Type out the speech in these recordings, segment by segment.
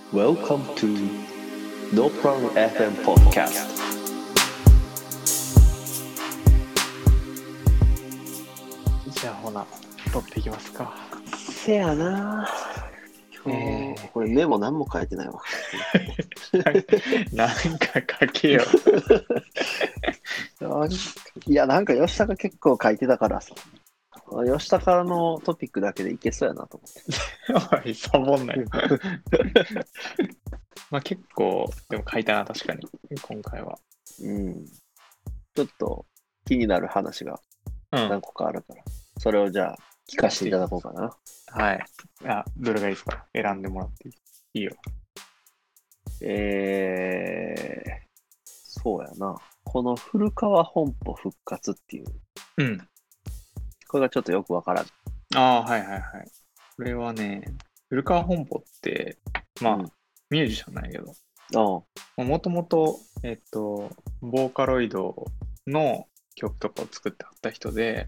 Welcome to No Problem FM Podcast. じゃあほな、撮っていきますか。 せやな。今日、これメモ何も書いてないわ。 なんか書けよ。 いや、なんか吉高結構書いてたからさ。吉高のトピックだけでいけそうやなと思って。 おい、サボんない。まあ結構、でも書いたな、確かに、今回は。 うん。ちょっと気になる話が何個かあるから、それをじゃあ聞かせていただこうかな。 はい。どれがいいですか？選んでもらっていいよ。 そうやな。この古川本舗復活っていう。 うん。 これがちょっとよくわからん。 はいはいはい。これはね、古川本舗って、まあ、ミュージシャンなんやけど、もともと、ボーカロイドの曲とかを作ってあった人で、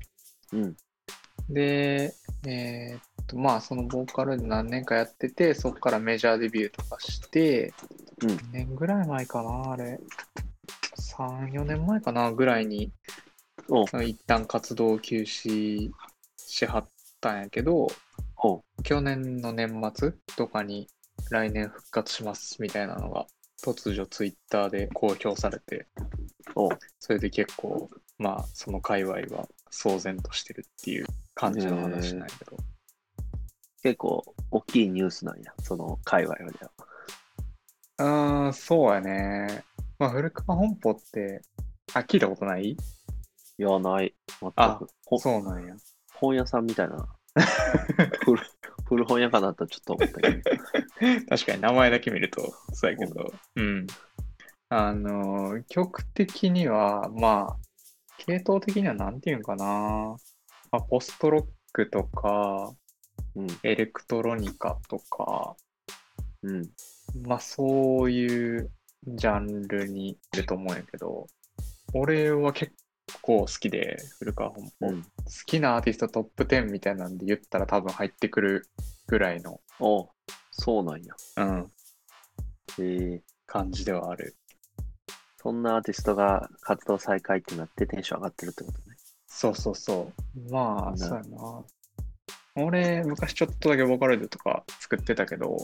で、まあそのボーカロイド何年かやってて、そこからメジャーデビューとかして、2年ぐらい前かな、あれ。3、4年前かなぐらいに、一旦活動を休止しはったんやけど、去年の年末とかに来年復活しますみたいなのが突如ツイッターで公表されて、それで結構まあその界隈は騒然としてるっていう感じの話なんやけど、 結構大きいニュースなんや、その界隈は。 そうやね。まあ古川本舗って聞いたことない？ いや、ない。全く。 そうなんや。 本屋さんみたいな。古本屋かなとちょっと思ったけど。 確かに名前だけ見るとそうやけど、曲的にはまあ系統的にはなんていうんかな、ポストロックとか、エレクトロニカとか、まあそういうジャンルにいると思うんやけど、俺は結構好きで、古川本舗、好きなアーティストトップ10みたいなんで言ったら多分入ってくるぐらいのそうなんや。 感じではある。 そんなアーティストが活動再開ってなってテンション上がってるってことね。 そうそうそう。まあ、そうやな。俺、昔ちょっとだけボーカロイドとか作ってたけど、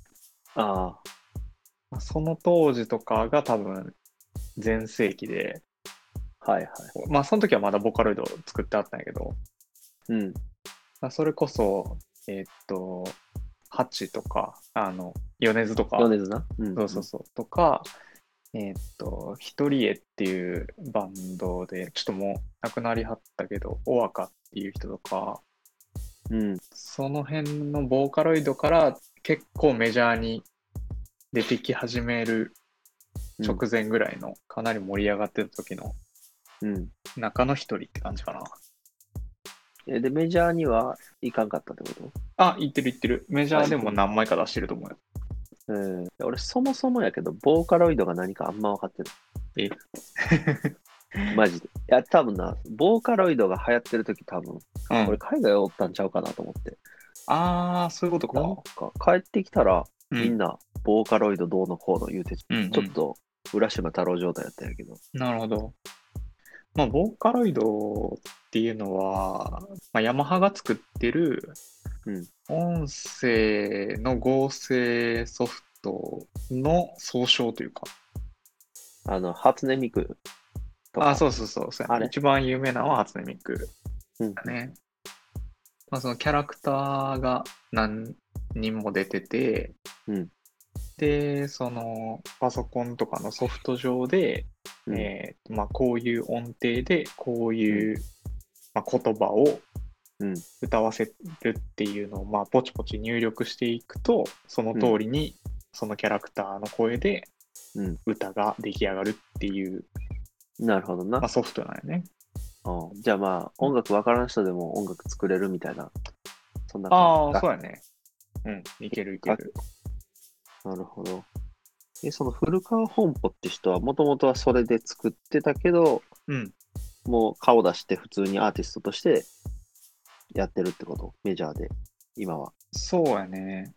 その当時とかが多分全盛期で、まあその時はまだボーカロイド作ってあったんやけど、それこそ、ハチとか、米津とか、 米津な。 そうとか、ひとりえっていうバンドで、ちょっともう亡くなりはったけど、おわかっていう人とか、その辺のボーカロイドから結構メジャーに出てき始める直前ぐらいの、かなり盛り上がってた時の中の一人って感じかな。 で、メジャーにはいかんかったってこと？ 行ってる。メジャーでも何枚か出してると思うよ。 俺そもそもやけど、ボーカロイドが何かあんま分かってない。マジで。いや、多分な、ボーカロイドが流行ってる時多分、俺海外おったんちゃうかなと思って。 そういうことか。 なんか帰ってきたら、みんなボーカロイドどうのこうの言うて、ちょっと浦島太郎状態やったんやけど。 なるほど。まあ、ボーカロイドっていうのは、ヤマハが作ってる音声の合成ソフトの総称というか。 初音ミクとか。 そう。一番有名なのは初音ミクだね。そのキャラクターが何人も出てて、で、そのパソコンとかのソフト上で、こういう音程でこういう、言葉を歌わせるっていうのを、ポチポチ入力していくと、その通りにそのキャラクターの声で歌が出来上がるっていう、 なるほどな。 ソフトなんよね。 じゃあ音楽わからん人でも音楽作れるみたいな、そんな感じか。 そうやね。いける。 なるほど。その古川本舗って人はもともとはそれで作ってたけど、もう顔出して普通にアーティストとしてやってるってこと？メジャーで、今は。 そうやね。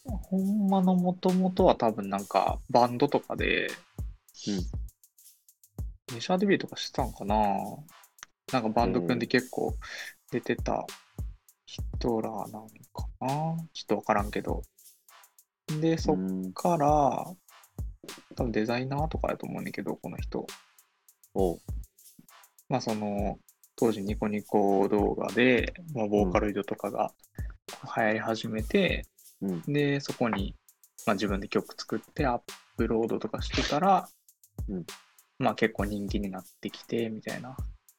ほんまのもともとは多分なんかバンドとかで、メジャーデビューとかしてたんかな。なんかバンド組んで結構出てた人らなんかな。ちょっとわからんけど。で、そっから、多分デザイナーとかやと思うんだけど、この人。まあその、当時ニコニコ動画で、まあ、ボーカロイドとかが流行り始めて、で、そこに、まあ、自分で曲作ってアップロードとかしてたら、まあ結構人気になってきて、みたいな。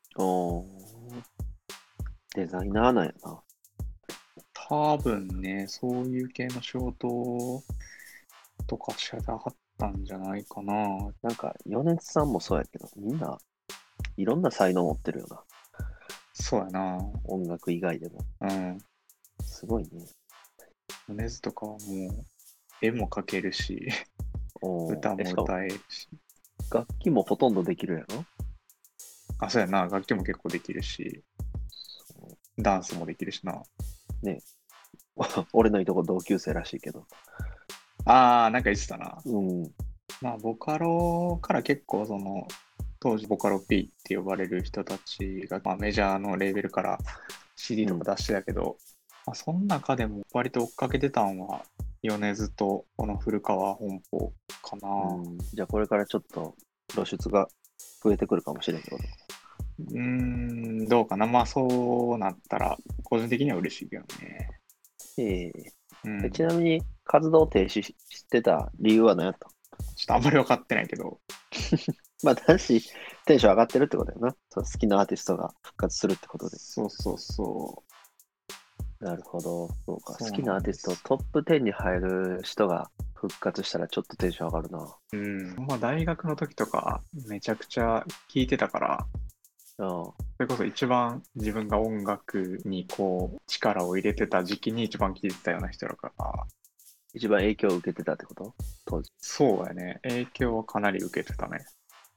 デザイナーなんやな。 多分ね、そういう系の仕事とかしなかったんじゃないかな。 なんか、米津さんもそうやけど、みんないろんな才能持ってるよな。 そうやな。 音楽以外でも。すごいね。 米津とかはもう、絵も描けるし、歌も歌えるし。 楽器もほとんどできるやろ？ あ、そうやな。楽器も結構できるし、ダンスもできるしな。 ね。俺のいとこ同級生らしいけど。 なんか言ってたな。まあ、ボカロから結構その、当時ボカロ P って呼ばれる人たちが、まあ、メジャーのレーベルから CD とか出してたけど、まあ、その中でも割と追っかけてたんは、米津とこの古川本舗かな。 じゃあこれからちょっと露出が増えてくるかもしれんけど。 どうかな。まあそうなったら、個人的には嬉しいけどね。 ちなみに活動停止してた理由は何やった？ ちょっとあんまり分かってないけど。 まあ、だし、テンション上がってるってことだよな。好きなアーティストが復活するってことで。 そうそうそう。なるほど。そうか。好きなアーティストトップ10に入る人が復活したらちょっとテンション上がるな。 まあ大学の時とかめちゃくちゃ聴いてたから、それこそ一番自分が音楽にこう力を入れてた時期に一番聴いてたような人だから。 一番影響を受けてたってこと？当時。 そうやね。影響はかなり受けてたね。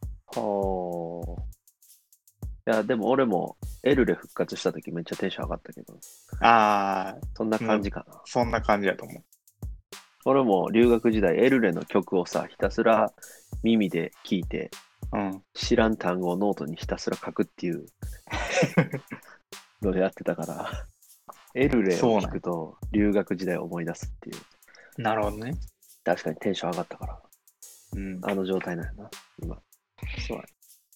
いや、でも俺もエルレ復活した時めっちゃテンション上がったけど。そんな感じかな。 そんな感じやと思う。 俺も留学時代エルレの曲をさ、ひたすら耳で聴いて、知らん単語をノートにひたすら書くっていうのでやってたから、エルレを聞くと留学時代を思い出すっていう。 なるほどね。 確かにテンション上がったから。あの状態なんやな、今。 そうや。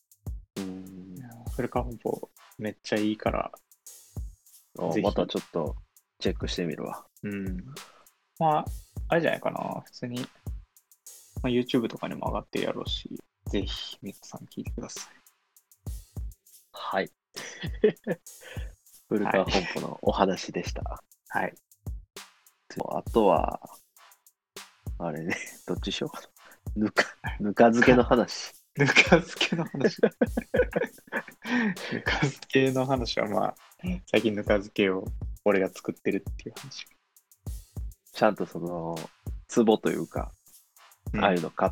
古川本舗めっちゃいいから。 またちょっとチェックしてみるわ。 まあ、あれじゃないかな。普通に、まあ、YouTube とかにも上がってるやろうし、ぜひ皆さん聞いてください。 はい。古川本舗のお話でした。 はい。 あとは、あれね、どっちしようかな。ぬか漬けの話。 ぬか漬けの話。ぬか漬けの話はまあ、最近ぬか漬けを俺が作ってるっていう話。 ちゃんとその、壺というか、ああいうの買って。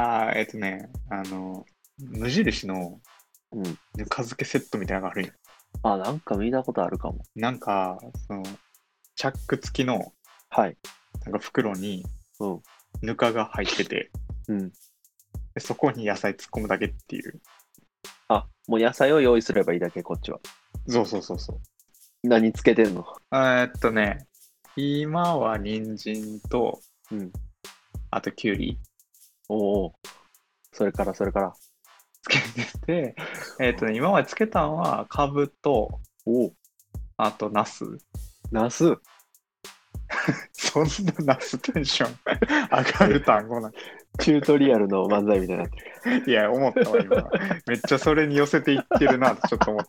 無印のぬか漬けセットみたいなのがあるんよ。 なんか見たことあるかも。 なんか、その、チャック付きの、なんか袋に、ぬかが入ってて、でそこに野菜突っ込むだけっていう。 もう野菜を用意すればいいだけ、こっちは。 そうそうそうそう。 何つけてんの？ 今は人参と、あときゅうり。 それから。 つけてて、今までつけたのは、かぶと、あと、ナス。 ナスそんなナステンション上がる単語な。 チュートリアルの漫才みたいになってる。いや、思ったわ、今。めっちゃそれに寄せていってるなとちょっと思った。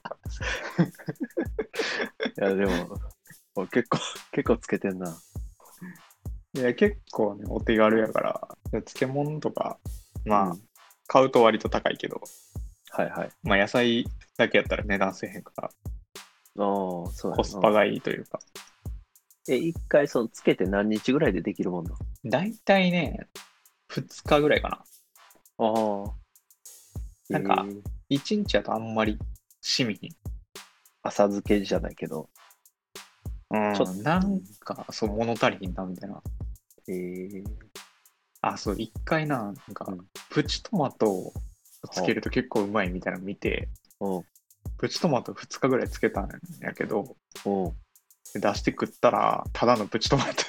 いや、でも、結構つけてんな。 いや、結構ね、お手軽やから、漬物とか、まあ、買うと割と高いけど、まあ、野菜だけやったら値段せえへんから、コスパがいいというか。 一回つけて何日ぐらいでできるもんなの？ だいたいね、2日ぐらいかな。なんか、1日やとあんまりしみひん。 浅漬けじゃないけど。 なんか、物足りひんな、みたいな。 そう、一回なんか、 うんプチトマトをつけると結構うまいみたいなの見て、 おうプチトマト2日ぐらいつけたんやけど、 おうで出して食ったら、ただのプチトマト。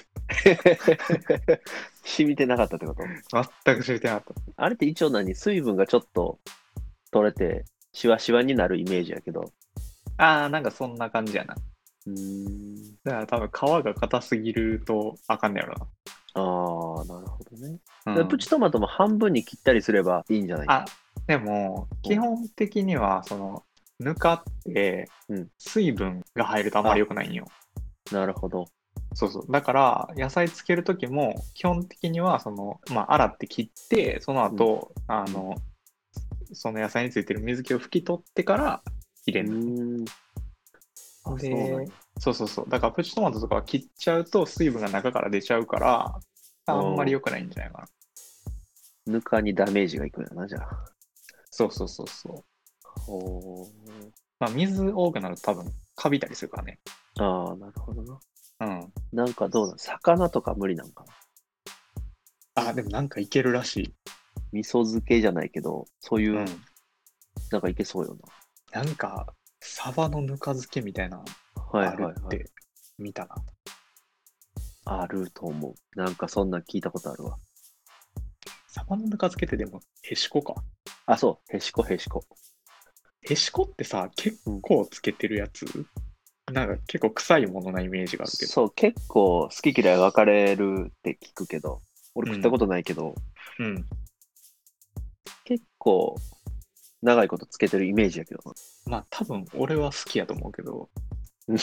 染みてなかったってこと？ 全く知れてなかっあれって一応水分がちょっと取れて、シワシワになるイメージやけど。 た。なんかそんな感じやな。 うーん。 だから多分皮が硬すぎるとあかんねやろああ、なるほどね。 な。 でプチトマトも半分に切ったりすればいいんじゃない？ でも、基本的には、ぬかってうん、 水分が入るとあんまり良くないんよ。 なるほど。 そうそう。だから、野菜つけるときも、基本的には、洗って切って、その後、その野菜についてる水気を拭き取ってから入れるの。 そうなんでや。 そうそうそう。だから、プチトマトとかは切っちゃうと、水分が中から出ちゃうから、あんまり良くないんじゃないかな。 ぬかにダメージがいくんやな、じゃあ。 そうそうそうそう。 ほ水多くなると多分、カビたりするからね。 ああ、なるほどな。 うん。 なんかどうなん魚とか無理なんかな？ でもなんかいけるらしい。 味噌漬けじゃないけど、そういう、 うん。 なんかいけそうよなんか、サバのぬか漬けみたいなな。はいあるはいはい。 って見たな。 あると思う。なんかそんなん聞いたことあるわ。 サバのぬか漬けってでも、へしこか。 あ、そう。へしこへしこ。 へしこってさ、結構つけてるやつ、なんか結構臭いものなイメージがあるけど。 そう、結構好き嫌い分かれるって聞くけど、俺食ったことないけど、 うん。 結構長いことつけてるイメージやけど多分俺は好きやと思うけど、 な。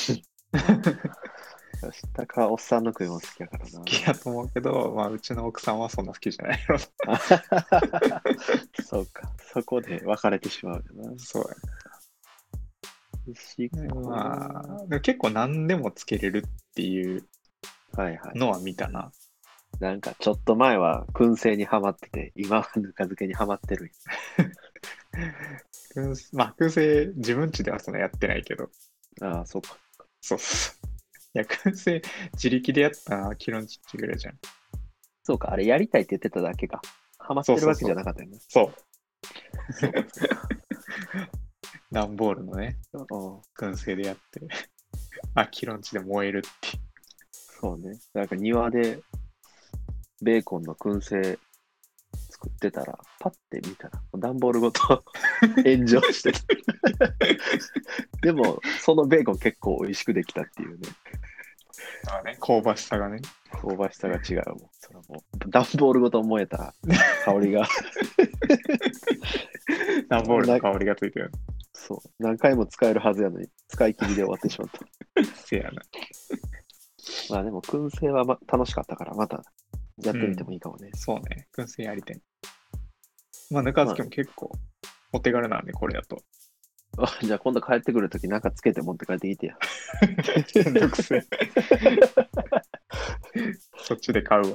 下からおっさんの食いも好きやからな。 好きやと思うけど、うちの奥さんはそんな好きじゃないやろ。 そうか。そこで分かれてしまうよな。 そうしやね。でも結構何でもつけれるっていうはいはい。 のは見たな。 なんかちょっと前は燻製にハマってて、今はぬか漬けにハマってる。 燻製自分家ではそんなやってないけど。 ああ、そうか。 そうそう。いや、燻製自力でやったらキロンチッチぐらいじゃん。 そうか、あれやりたいって言ってただけか。ハマってるわけじゃなかったよね。 そう。 そうかそうか。 段ボールのね、燻製でやって、キロンチで燃えるっていう。 そうね。なんか庭でベーコンの燻製作ってたら、パッて見たら、段ボールごと炎上してた。でも、そのベーコン結構美味しくできたっていうね。 香ばしさがね。 香ばしさが違うもん。それはもう、段ボールごと燃えた香りが。 段ボールの香りがついてる。 そう。何回も使えるはずやのに、使い切りで終わってしまった。 せやな。 まあでも、燻製は楽しかったから、またやってみてもいいかもね。 そうね。燻製やりたい。ぬか漬けも結構お手軽なんで、これだと。 じゃあ今度帰ってくるときなんかつけて持って帰ってきてや。 めんどくせえ。そっちで買うわ。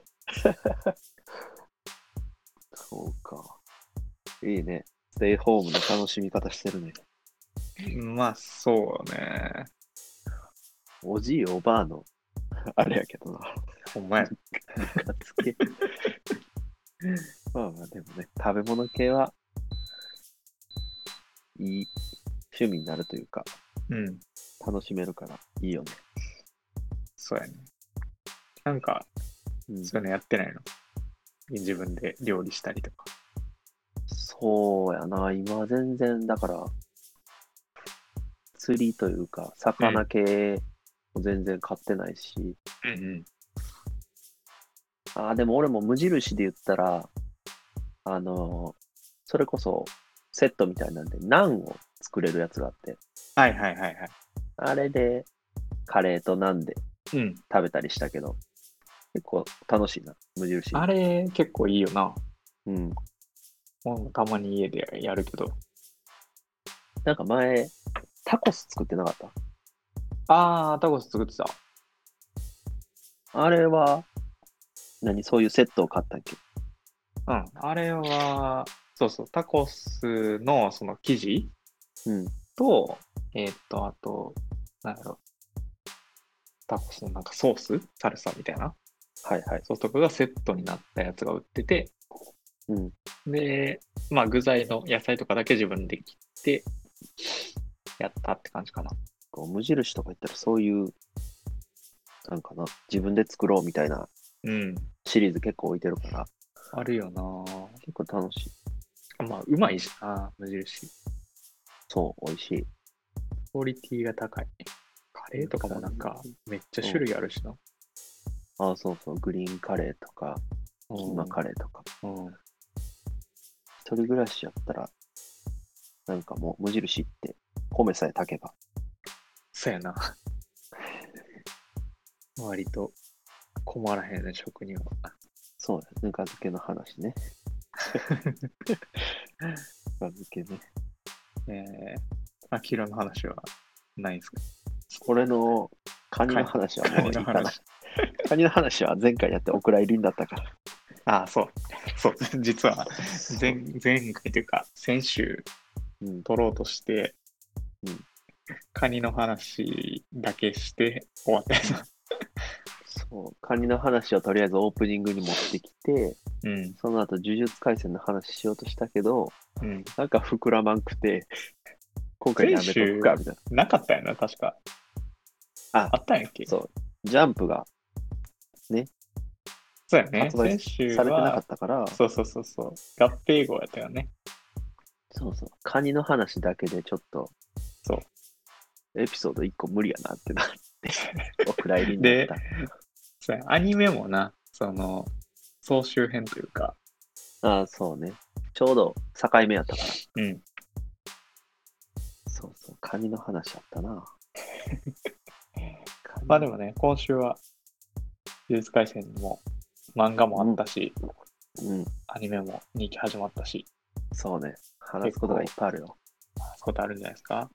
そうか。いいね。ステイホームの楽しみ方してるね。 そうね。 おじいおばあの、あれやけどな。 ほんまや。 ぬか漬け。まあでもね、食べ物系はいい趣味になるというか、楽しめるからいいよね。 そうやね。なんか、そういうのやってないの？自分で料理したりとか。 そうやな、今全然、だから、釣りというか、魚系も全然買ってないし、でも俺も無印で言ったら、それこそセットみたいなんで、ナンを作れるやつがあって、 はいはいはいはい。 あれでカレーとナンで食べたりしたけど、結構楽しいな、無印。 あれ結構いいよな。 うん。 たまに家でやるけど。 なんか前、タコス作ってなかった？ タコス作ってた。 あれは、そういうセットを買ったっけ？ あれは、そうそう、タコスのその生地と、あと、なんやろ、タコスのなんかソースサルサみたいなはいはい。 ソフトクがセットになったやつが売ってて、 うん。 で、まあ具材の野菜とかだけ自分で切ってやったって感じかな。 こう無印とか言ったらそういう、なんかな、自分で作ろうみたいなうん。 シリーズ結構置いてるから、 あるよな。 結構楽しい。 まあ、うまいしな、無印。 そう、美味しい。 クオリティが高い。カレーとかもなんか、めっちゃ種類あるしな。 ああ、そうそう、グリーンカレーとか、キーマカレーとか。 うん。 一人暮らしやったら、なんかもう無印行って、米さえ炊けば。 そうやな。割と困らへんね、食には。 そうや、ぬか漬けの話ね。ぬか漬けね。 アキラの話はないんすか？ 俺のカニの話はもういいかな。 話。 カニの話は前回やってお蔵入りになったから。 ああ、そう。そう。実は前回というか、先週うん、 撮ろうとして、 うんカニの話だけして終わったやつ。 そう、カニの話をとりあえずオープニングに持ってきて、 うん。 その後呪術廻戦の話しようとしたけど、 うん。 なんか膨らまんくて、今回やめとくか、みたいな。 なかったよな、確か。 あ、 あったんやっけ？ そう、ジャンプがそうやね。 発売先週されてなかはっ、たから、 そう。合併号やったよね。 そうそう、カニの話だけでちょっと、 そう。 エピソード1個無理やなってなって、お蔵入りになっで、 た。 そうやアニメもな、総集編というか、 ああ、そうね。ちょうど境目やったから。 うん。 そうそう、カニの話やったな。 まあでもね、今週は、呪術廻戦も漫画もあったし、 うん、 アニメも2期始まったし、 そうね。話すことがいっぱいあるよ。 そういうことあるんじゃないですか。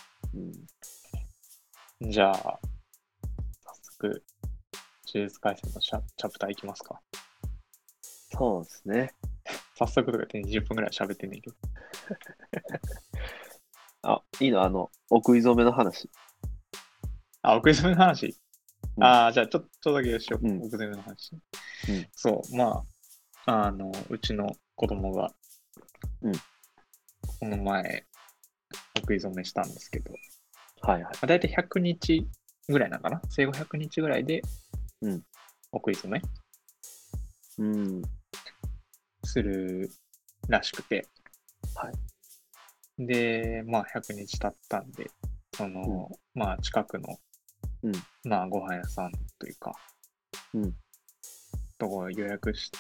うん、 じゃあ、早速、呪術廻戦のチャプターいきますか。 そうですね。 早速とか言って20分ぐらい喋ってんねんけど。 あ、いいの、お食い初めの話。 あ、お食い初めの話。 うんああ、じゃあちょっとだけしよう。 うんお食い初めの話。 うんそう、うちの子供が、 うんこの前、お食い初めしたんですけど、 はいはい。 だいたい100日ぐらいなのかな、生後100日ぐらいで、 うんお食い初めうん。 するらしくて。 はい。 で、まあ100日経ったんで、まあ近くの、 うんまあご飯屋さんというか、 うんとこ予約して、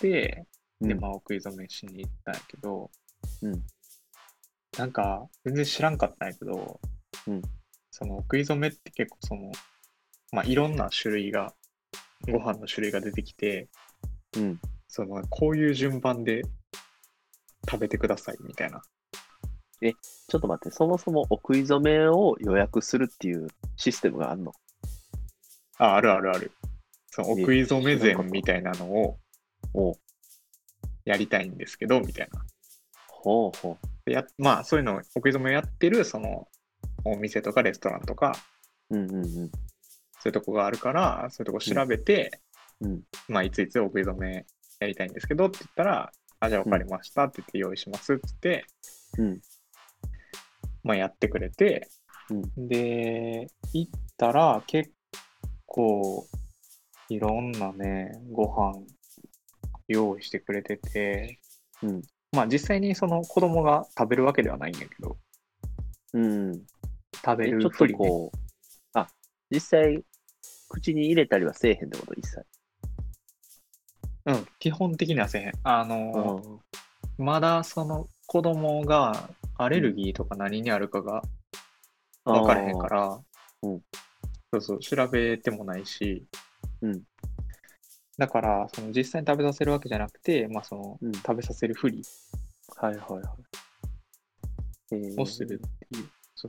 で、 うんまあお食い初めしに行ったんやけど、 うんなんか全然知らんかったんやけど、 うんそのお食い初めって結構まあいろんな種類が、ご飯の種類が出てきて、 うんこういう順番で食べてくださいみたいな。 ちょっと待って、そもそもお食い初めを予約するっていうシステムがあるの？ あるあるある。お食い初め知らんかった膳みたいなのをおうやりたいんですけど、みたいな。 ほうほでまあそういうのをお食い初めをやってる、お店とかレストランとか、 う。うんうんうん。 そういうとこがあるから、そういうとこ調べて、 うんまあいついつお食い初めやりたいんですけどって言ったら、あ、じゃあ分かりましたって言って用意しますって言って、 うんまあやってくれて、で、行ったら結構いろんなね、ご飯用意してくれてて、 うんまあ実際にその子供が食べるわけではないんやけど、 うん食べちょっるふりね。 とこう、あ、実際、口に入れたりはせえへんってこと、一切。 うん、基本的にはせえへん。 うんまだその子供がアレルギーとか何にあるかが分からへんか。ら、 うんそう、調べてもないし、 うんだから、実際に食べさせるわけじゃなくて、 うん食べさせるふりはいはいはい。 をするっていう。そう。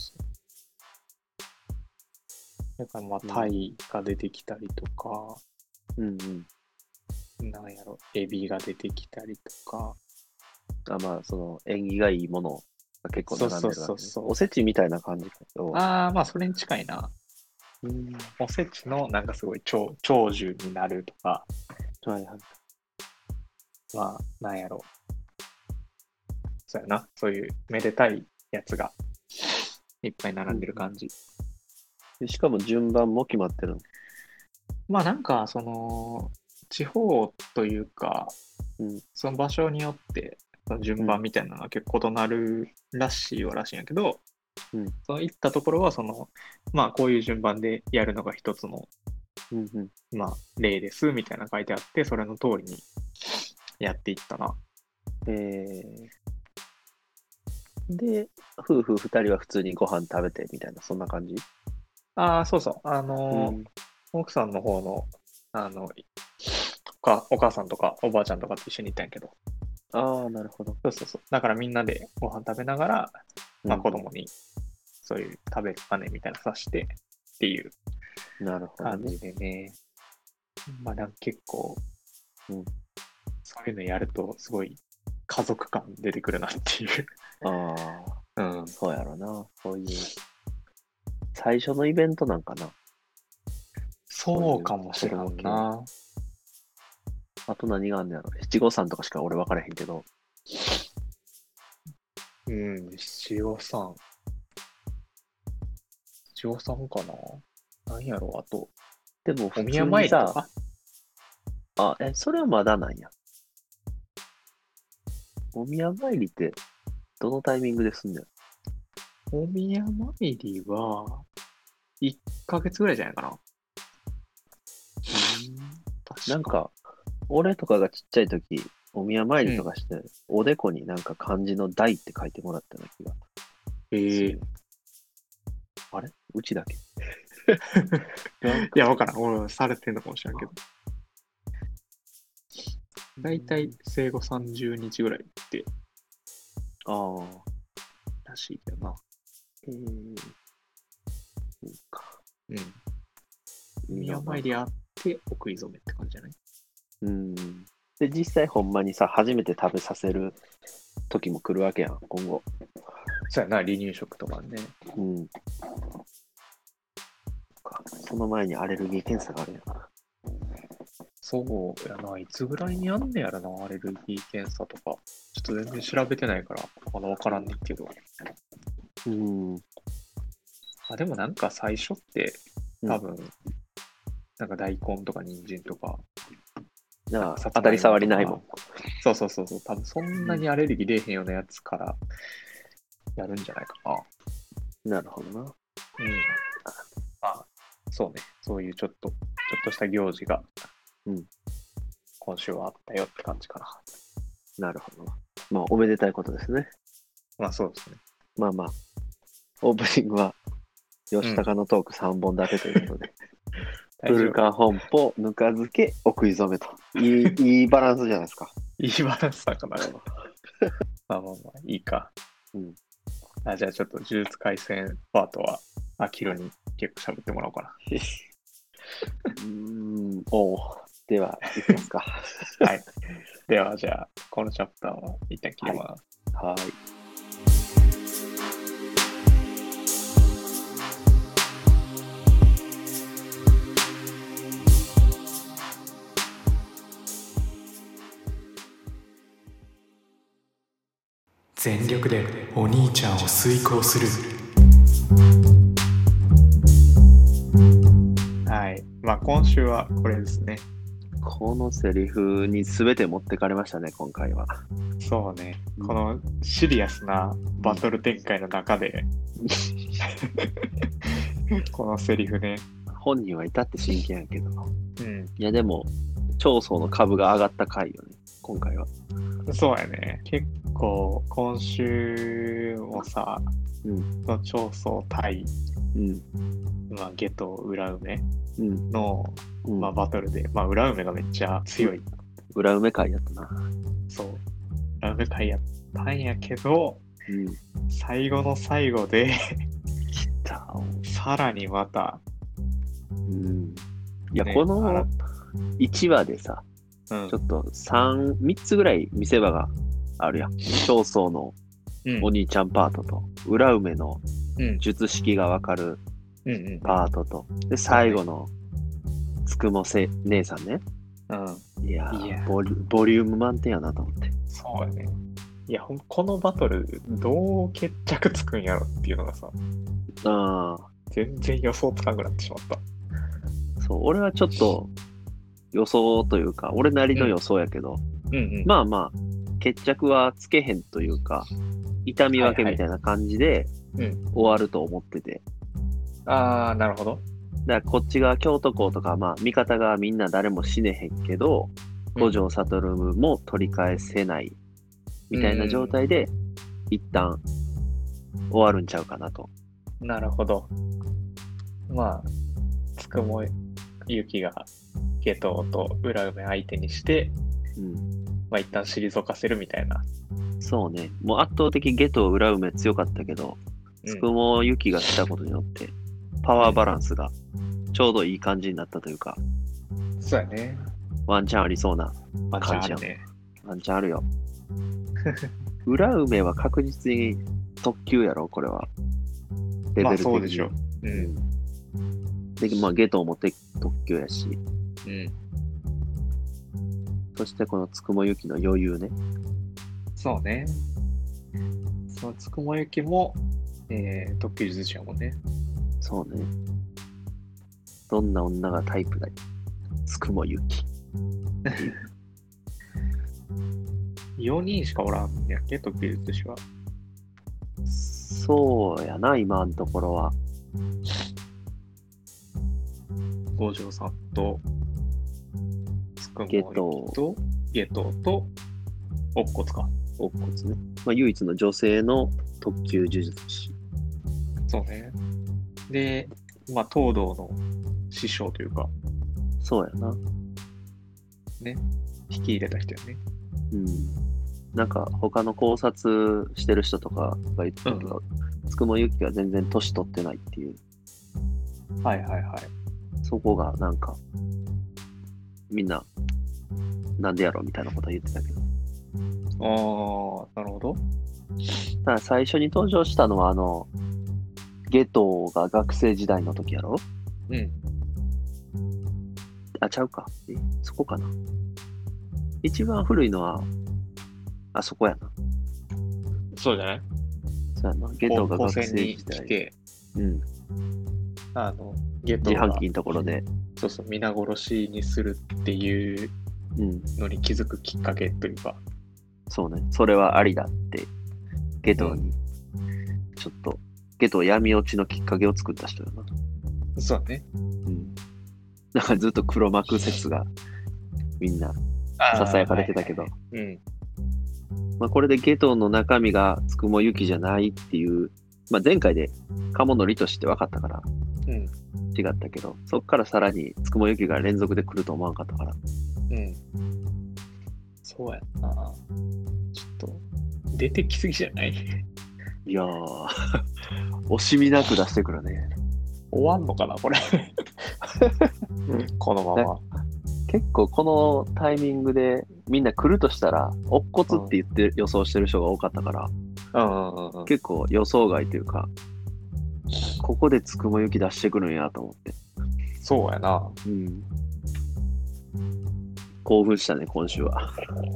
だから、タイが出てきたりとか、 うんなんやろ、エビが出てきたりとか、 まあ、その、縁起がいいものが結構並んでるわけね。 そう。 おせちみたいな感じかけど、 まあ、それに近いな。 おせちのなんかすごい長寿になるとか、 はいはい。 まあ、なんやろ。そうやな。そういうめでたいやつがいっぱい並んでる感じ。 しかも順番も決まってるの。 まあなんか、地方というか、その場所によって、その順番みたいなのは結構異なるらしいんやけど、その行ったところは、まあこういう順番でやるのが一つの、まあ例ですみたいなの書いてあって、それの通りにやっていったな。 で、夫婦2人は普通にご飯食べてみたいな、そんな感じ？ ああ、そうそう。奥さんの方の、お母さんとかおばあちゃんとかと一緒に行ったんやけど。 ああ、なるほど。 そう。だからみんなでご飯食べながら、まあ子供にそういう食べる種みたいなのさしてっていう感じでね。まあなんか結構、そういうのやるとすごい家族感出てくるなっていう。 ああ、そうやろな。そういう最初のイベントなんかな。 そうかもしれんな。 あと何があんねやろ。七五三とかしか俺分からへんけど。 七五三。七五三かな。何やろ、あと。 でもお宮参りとか。 それはまだなんや。お宮参りってどのタイミングですんねん。 お宮参りは1ヶ月ぐらいじゃないかな。 なんか、俺とかがちっちゃい時、お宮参りとかして、おでこになんか漢字の大って書いてもらったような気が。あれうちだけいや、わからん。俺、されてんのかもしれんけど。だいたい生後30日ぐらいって。らしいけどな。 そうか。 宮参りあって、お食い初めって感じじゃない？ で、実際ほんまにさ、初めて食べさせる時も来るわけやん、今後。 そうやな、離乳食とかね。 その前にアレルギー検査があるやん。 そうやな、いつぐらいにやんねやろな、アレルギー検査とか。ちょっと全然調べてないから、まだわからんねんけど。でもなんか最初って、多分、なんか大根とか人参とか、 当たり障りないもん。 そう。多分そんなにアレルギー出えへんようなやつからやるんじゃないかな。なるほどな。 そうね。そういうちょっとした行事が、今週はあったよって感じかな。なるほど。まあ、おめでたいことですね。 まあ、そうですね。 まあ、オープニングは、吉高のトーク3本立てということで。古川本舗、ぬか漬け、お食い初めと。いいバランスじゃないですか。 いいバランスだかな。まあ、いいか。じゃあちょっと呪術廻戦パートは、アキロに結構喋ってもらおうかな。 では、いきますか。 はい。では、じゃあ、このチャプターは一旦切ります。 はい。 全力でお兄ちゃんを遂行する。 はい。まあ今週はこれですね。 このセリフに全て持ってかれましたね、今回は。 そうね。このシリアスなバトル展開の中でこのセリフね。 本人は至って真剣やけど。いやでも、長宗の株が上がった回よね、今回は。 そうやね。結構今週もさ、長宗対、下と裏梅の、バトルで、裏梅がめっちゃ強い。 裏梅回やったな。 そう。裏梅回やったんやけど、最後の最後でさらにまた、 いや、この1話でさ、ちょっと3つぐらい見せ場があるやん。長宗のお兄ちゃんパートと、裏梅の術式がわかるうんうんうん。 パートと。で、最後のつくも姉さんね。いやーボリューム満点やなと思って。 そうやね。いや、このバトル、どう決着つくんやろっていうのがさ、全然予想つかんくなってしまった。 そう、俺はちょっと予想というか、俺なりの予想やけど、まあまあ、決着はつけへんというか、痛み分けみたいな感じで終わると思ってて。 ああ、なるほど。 だからこっち側京都校とか、まあ味方がみんな誰も死ねへんけど、五条悟も取り返せないみたいな状態で、一旦終わるんちゃうかなと。 なるほど。まあ、つくもゆきが下等と裏梅相手にして、まあ一旦退かせるみたいな。 そうね。もう圧倒的下等裏梅強かったけど、つくもゆきが来たことによって、パワーバランスがちょうどいい感じになったというか、 そうやね。 ワンチャンありそうな感じやん。ワンチャンあるよ。裏梅は確実に特級やろ、これは。レベル的に。まあそうでしょ。 で、まあゲトも特級やし。そしてこのつくもゆきの余裕ね。 そうね。そのつくもゆきも、特級術師やもんね。 そうね。どんな女がタイプだい？つくもゆき。 4人しかおらんやっけ、特級術師は。 そうやな、今のところは。 五条さんと、つくもゆきと、ゲトと、乙骨か。 乙骨ね。まあ、唯一の女性の特級呪術師。 そうね。で、まあ、東堂の師匠というか。 そうやな。 ね。引き入れた人やね。 なんか、他の考察してる人とかが言ってたけど、つくもゆきは全然年取ってないっていう。 はいはいはい。 そこがなんか、みんな、なんでやろみたいなことは言ってたけど。 なるほど。 ただ最初に登場したのは、ゲトが学生時代の時やろ？あ、ちゃうか。そこかな。一番古いのは、あそこやな。 そうじゃない？ そうやな。ゲトが学生時代。 ゲトが自販機のところで。 そうそう、皆殺しにするっていうのに気づくきっかけというか。 そうね。それはありだって、ゲトに、ちょっと、ゲト闇落ちのきっかけを作った人やな。 そうだね。 なんかずっと黒幕説がみんな囁かれてたけど、まあこれでゲトの中身がつくもゆきじゃないっていう、まあ前回で鴨のリトシって分かったから、違ったけど、そっからさらにつくもゆきが連続で来ると思わんかったから。 そうやな。ちょっと出てきすぎじゃない？ いやー、惜しみなく出してくるね。 終わんのかなこれ。このまま。 結構このタイミングでみんな来るとしたら、乙骨って言って予想してる人が多かったから、結構予想外というか、ここでつくもゆき出してくるんやと思って。 そうやな。 興奮したね、今週は。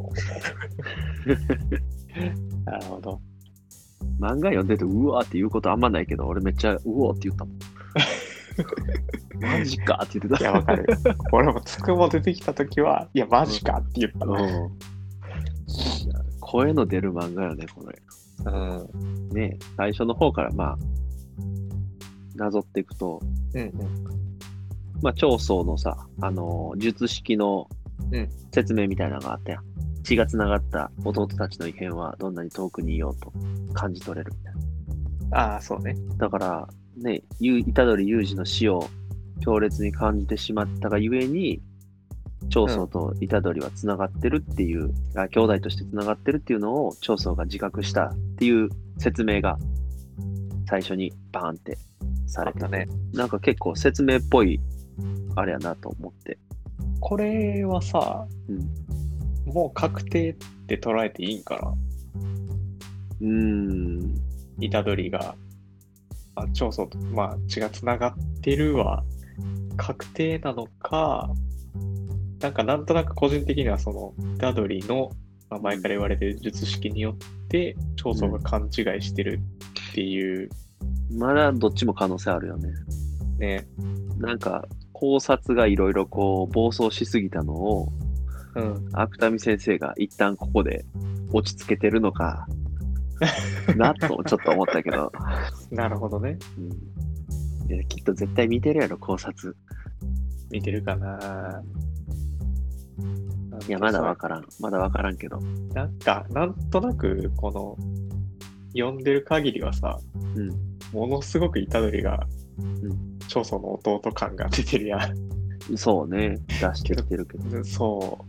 なるほど。 漫画読んでてうわーって言うことあんまないけど、俺めっちゃうおーって言ったもん。マジかって言ってた。 いや、わかる。俺もつくも出てきたときは、いや、マジかって言ったの。 声の出る漫画よね、これ。ね、最初の方からまあ、なぞっていくと、まあ、長宗のさ、術式の説明みたいなのがあったやん。血がつながった弟たちの異変はどんなに遠くにいようと感じ取れるみたいな。 ああ、そうね。 だから、ね、虎杖裕二の死を強烈に感じてしまったがゆえに、長宗と虎杖はつながってるっていう、兄弟としてつながってるっていうのを長宗が自覚したっていう説明が最初にバーンってされてね。なんか結構説明っぽいあれやなと思って。 これはさ、もう確定って捉えていいんかな？虎杖が長宗と、血がつながってるは確定なのか、なんとなく個人的にはそのダドリの、前から言われてる術式によって長宗が勘違いしてるっていう、 まだどっちも可能性あるよね。 ね。 なんか考察がいろいろこう暴走しすぎたのを、芥見先生が一旦ここで落ち着けてるのかなとちょっと思ったけど。 なるほどね。 いやきっと絶対見てるやろ、考察。 見てるかな。 いや、まだわからん。まだわからんけど。 なんとなく、この、読んでる限りはさ、ものすごく虎杖が、長宗の弟感が出てるやん。 そうね、出してきてるけど。 そう。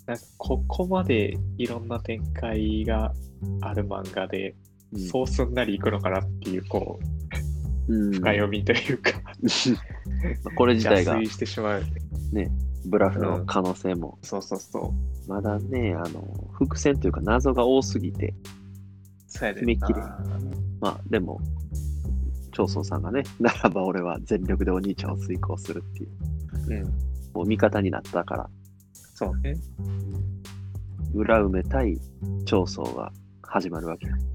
ここまでいろんな展開がある漫画で、そうすんなりいくのかなっていう、こう、深読みというか、 これ自体が、 邪推してしまう。 ね、ブラフの可能性も。 そう。 まだね、伏線というか謎が多すぎて、決めきれ。でも、長宗さんがね、ならば俺は全力でお兄ちゃんを遂行するっていう。もう味方になったから。 そうね。 裏埋め対長宗が始まるわけや。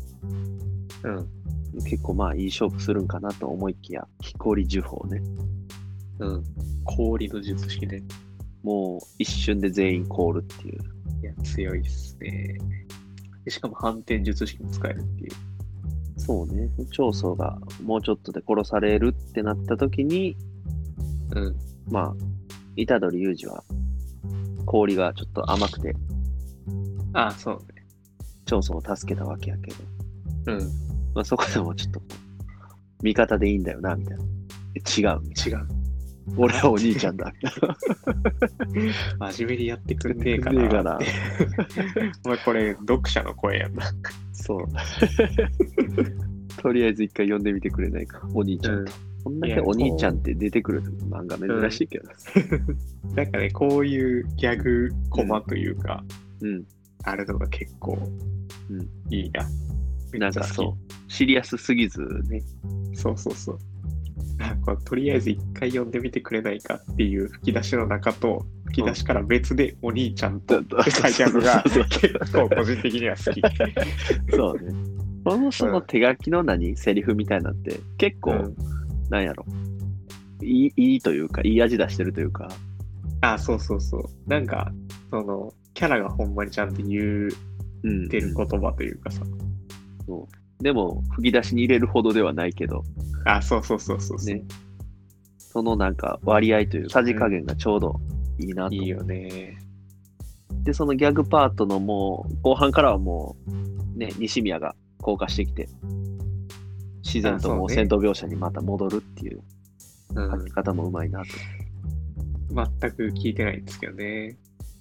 結構いい勝負するんかなと思いきや、木こり呪法ね。 氷の術式ね。 もう一瞬で全員凍るっていう。 いや、強いっすね。しかも反転術式も使えるっていう。 そうね。長宗がもうちょっとで殺されるってなった時に、虎杖裕二は氷がちょっと甘くて、 そうね。 長宗を助けたわけやけど、そこでもちょっと味方でいいんだよなみたいな。違う。俺はお兄ちゃんだみたいな。真面目にやってくれねえかな。これ読者の声やんな。 そう。とりあえず一回読んでみてくれないか、お兄ちゃんと。こんだけお兄ちゃんって出てくる漫画珍しいけど。 こういうギャグコマというか、あるのが結構いいな。 シリアスすぎずね。 そう。とりあえず一回読んでみてくれないかっていう吹き出しの中と、吹き出しから別でお兄ちゃんとって書いてあるのが結構個人的には好き。 そうね。その手書きのセリフみたいなって結構、なんやろ。いいというか、いい味出してるというか。 そう。その、キャラがほんまにちゃんと言ってる言葉というかさ。 でも、吹き出しに入れるほどではないけど。 そう。 ね。その割合というさじ加減がちょうどいいなと。 いいよね。 で、そのギャグパートのもう、後半からはもう、ね、西宮が降下してきて、自然ともう戦闘描写にまた戻るっていう書き方もうまいなと。 全く聞いてないんですけどね。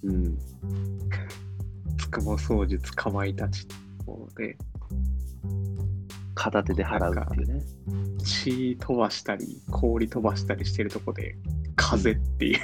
つくも槍術かまいたちもね。 片手で払うっていうね。 血飛ばしたり、氷飛ばしたりしてるとこで、風っていう。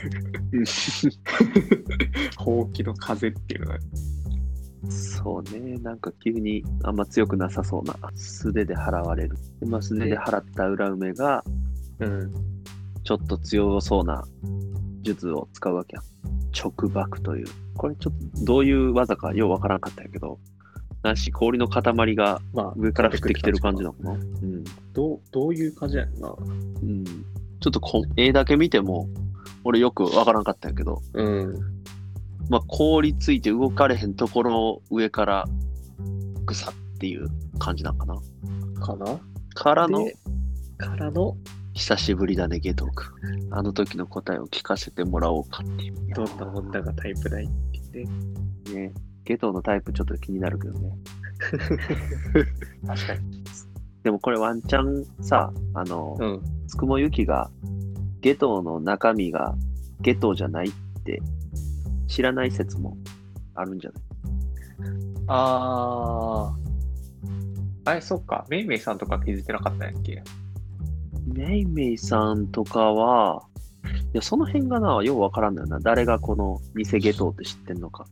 ほうきの風っていうのが。 そうね。急にあんま強くなさそうな。素手で払われる。素手で払った裏埋めが、ちょっと強そうな術を使うわけや。直爆という。これちょっとどういう技かようわからんかったんやけど、氷の塊が上から降ってきてる感じなのかな。 どういう感じやんな。 ちょっと絵だけ見ても、俺よくわからんかったんやけど、凍りついて動かれへんところを上からグサっていう感じなんかな。からの久しぶりだね、ゲトウ君。あの時の答えを聞かせてもらおうかっていう。 どんな女がタイプないってね。ゲトウのタイプちょっと気になるけどね。 確かに。 でもこれワンチャンさ、つくもゆきがゲトウの中身がゲトウじゃないって知らない説もあるんじゃない？ そっか。メイメイさんとか気づいてなかったんやっけ？ メイメイさんとかは、いや、その辺がようわからんだよな。誰がこの偽ゲトウって知ってんのか。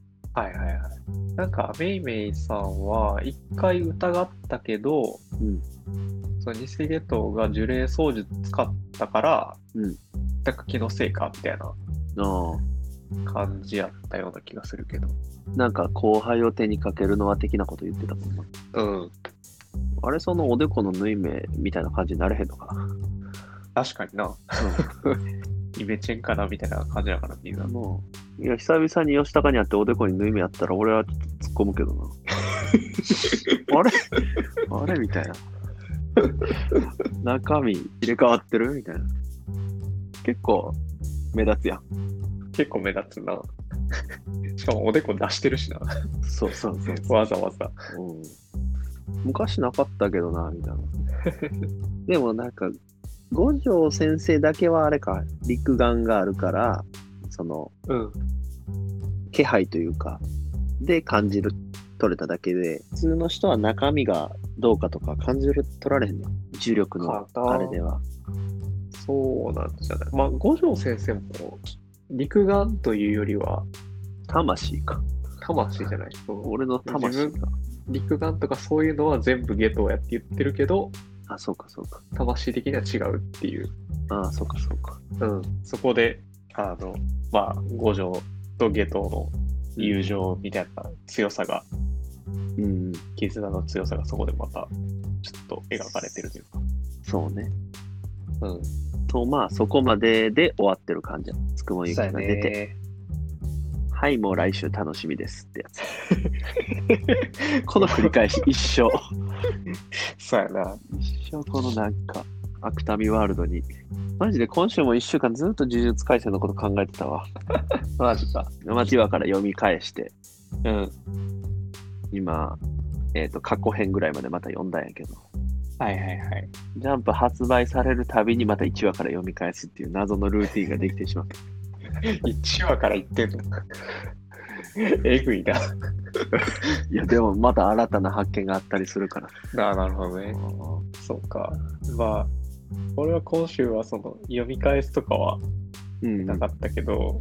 メイメイさんは一回疑ったけど、 その偽ゲトが呪霊操術使ったから、 うん。 なんか気のせいかみたいなあ感じやったような気がするけど。 なんか後輩を手にかけるのは的なこと言ってたもんな。 うん。 あれ、そのおでこの縫い目みたいな感じになれへんのかな。 確かにな。イメチェンかなみたいな感じだからみんな。 もう、いや、久々に吉高に会っておでこに縫い目あったら、俺はちょっと突っ込むけどな。あれあれみたいな。中身入れ替わってるみたいな。結構目立つやん。 結構目立つな。しかもおでこ出してるしな。 そうそうそう。 わざわざ。 昔なかったけどな、みたいな。でもなんか、五条先生だけはあれか、肉眼があるから、その、気配というか、で感じる、取れただけで、普通の人は中身がどうかとか感じる、取られへんの。重力のあれでは。 そうなんじゃない。まあ、五条先生も、肉眼というよりは、 魂か。 魂じゃない。 俺の魂か。 肉眼とかそういうのは全部ゲトやって言ってるけど、 あ、そうかそうか。 魂的には違うっていう。 あ、そうかそうか。 そこで、まあ、五条とゲトの友情みたいな強さが、絆の強さがそこでまた、ちょっと描かれてるというか。 そうね。と、まあ、そこまでで終わってる感じ。つくもゆきが出て。はい、もう来週楽しみですってやつ。この繰り返し、一生。 そうやな。 一生このなんか、アクタミワールドに。マジで今週も1週間ずっと呪術廻戦のこと考えてたわ。 マジか。 1話から読み返して。今、過去編ぐらいまでまた読んだんやけど。 はいはいはい。 ジャンプ発売されるたびにまた1話から読み返すっていう謎のルーティンができてしまった。 1話から言ってんのえぐいな。 いや、でもまた新たな発見があったりするから。 なるほどね。そうか。まあ、俺は今週はその読み返すとかはなかったけど、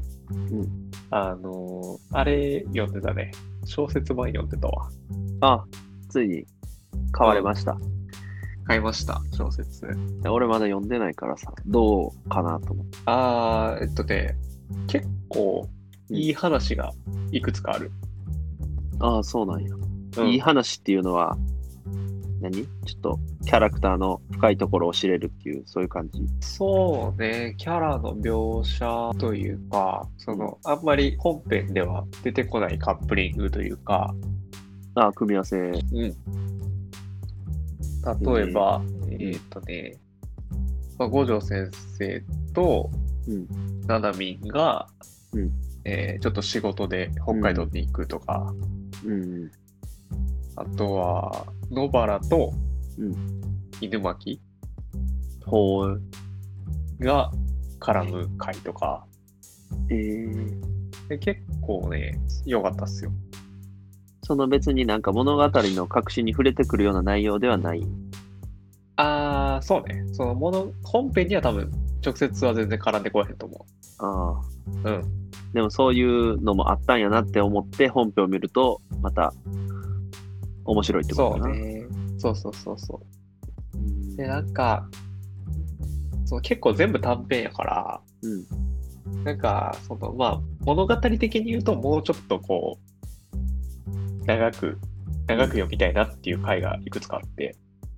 あれ読んでたね。小説版読んでたわ。 あ、ついに買われました。 買いました、小説。 俺まだ読んでないからさ、どうかなと思って。 結構いい話がいくつかある。 ああ、そうなんや。いい話っていうのは、ちょっとキャラクターの深いところを知れるっていう、そういう感じ。 そうね、キャラの描写というか、あんまり本編では出てこないカップリングというか、 組み合わせ。 例えば、五条先生と、ななみんが、ちょっと仕事で北海道に行くとか、あとは野原と犬巻が絡む回とか、結構ね良かったっすよ。 その別になんか物語の核心に触れてくるような内容ではない。 そうね。本編には多分直接は全然絡んでこえへんと思う。 でもそういうのもあったんやなって思って本編を見るとまた面白いってことかな。 そうね。そう。で、なんか、結構全部短編やから、なんか、物語的に言うともうちょっとこう、長く読みたいなっていう回がいくつかあって。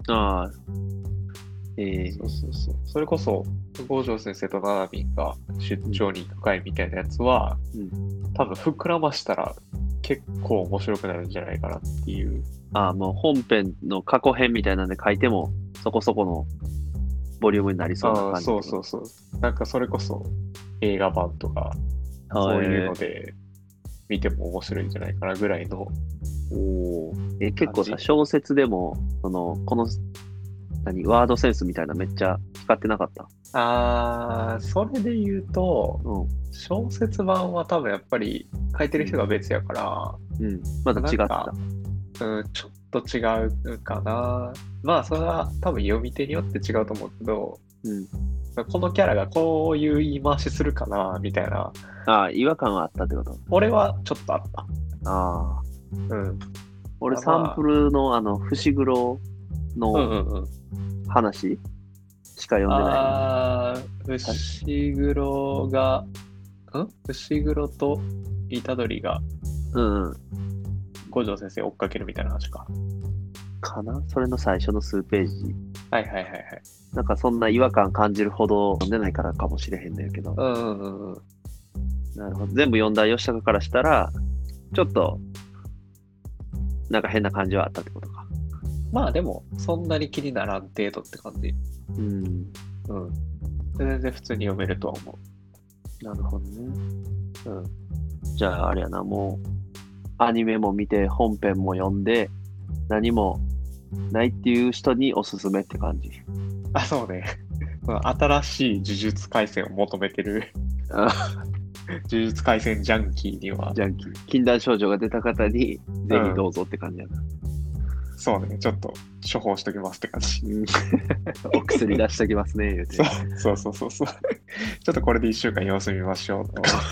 それこそ、五条先生とななみんが出張に行く回みたいなやつは、多分膨らましたら結構面白くなるんじゃないかなっていう。 もう本編の過去編みたいなんで書いてもそこそこのボリュームになりそうな感じ。 そう。なんかそれこそ映画版とか、そういうので見ても面白いんじゃないかなぐらいの。 結構さ、小説でも、この、ワードセンスみたいなめっちゃ光ってなかった？ それで言うと、小説版は多分やっぱり書いてる人が別やから、 まだ違った。 ちょっと違うかな。まあ、それは多分読み手によって違うと思うけど、このキャラがこういう言い回しするかな、みたいな。 違和感はあったってこと？ 俺はちょっとあった。 俺サンプルの伏黒の話しか読んでな伏黒が、伏黒と虎杖が、五条先生追っかけるみたいな話か。 かな。それの最初の数ページ。 はい。 なんかそんな違和感感じるほど読んでないからかもしれへんねんけど。なるほど。全部読んだ吉高からしたら、ちょっと、なんか変な感じはあったってことか。 まあでも、そんなに気にならん程度って感じ。全然普通に読めるとは思う。なるほどね。じゃああれやな、もう、アニメも見て、本編も読んで、何もないっていう人におすすめって感じ。 そうね。新しい呪術廻戦を求めてる呪術廻戦ジャンキーには。 禁断症状が出た方に、ぜひどうぞって感じやな。 そうね、ちょっと処方しときますって感じ。 お薬出しときますね、言うて。 そう。ちょっとこれで1週間様子見ましょう。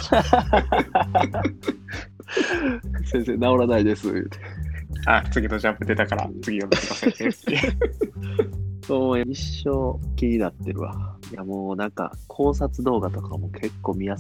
先生、治らないです、言うて。 次のジャンプ出たから、次読んでくださいねっていう。 そう、一生気になってるわ。いや、もうなんか、考察動画とかも結構見漁って。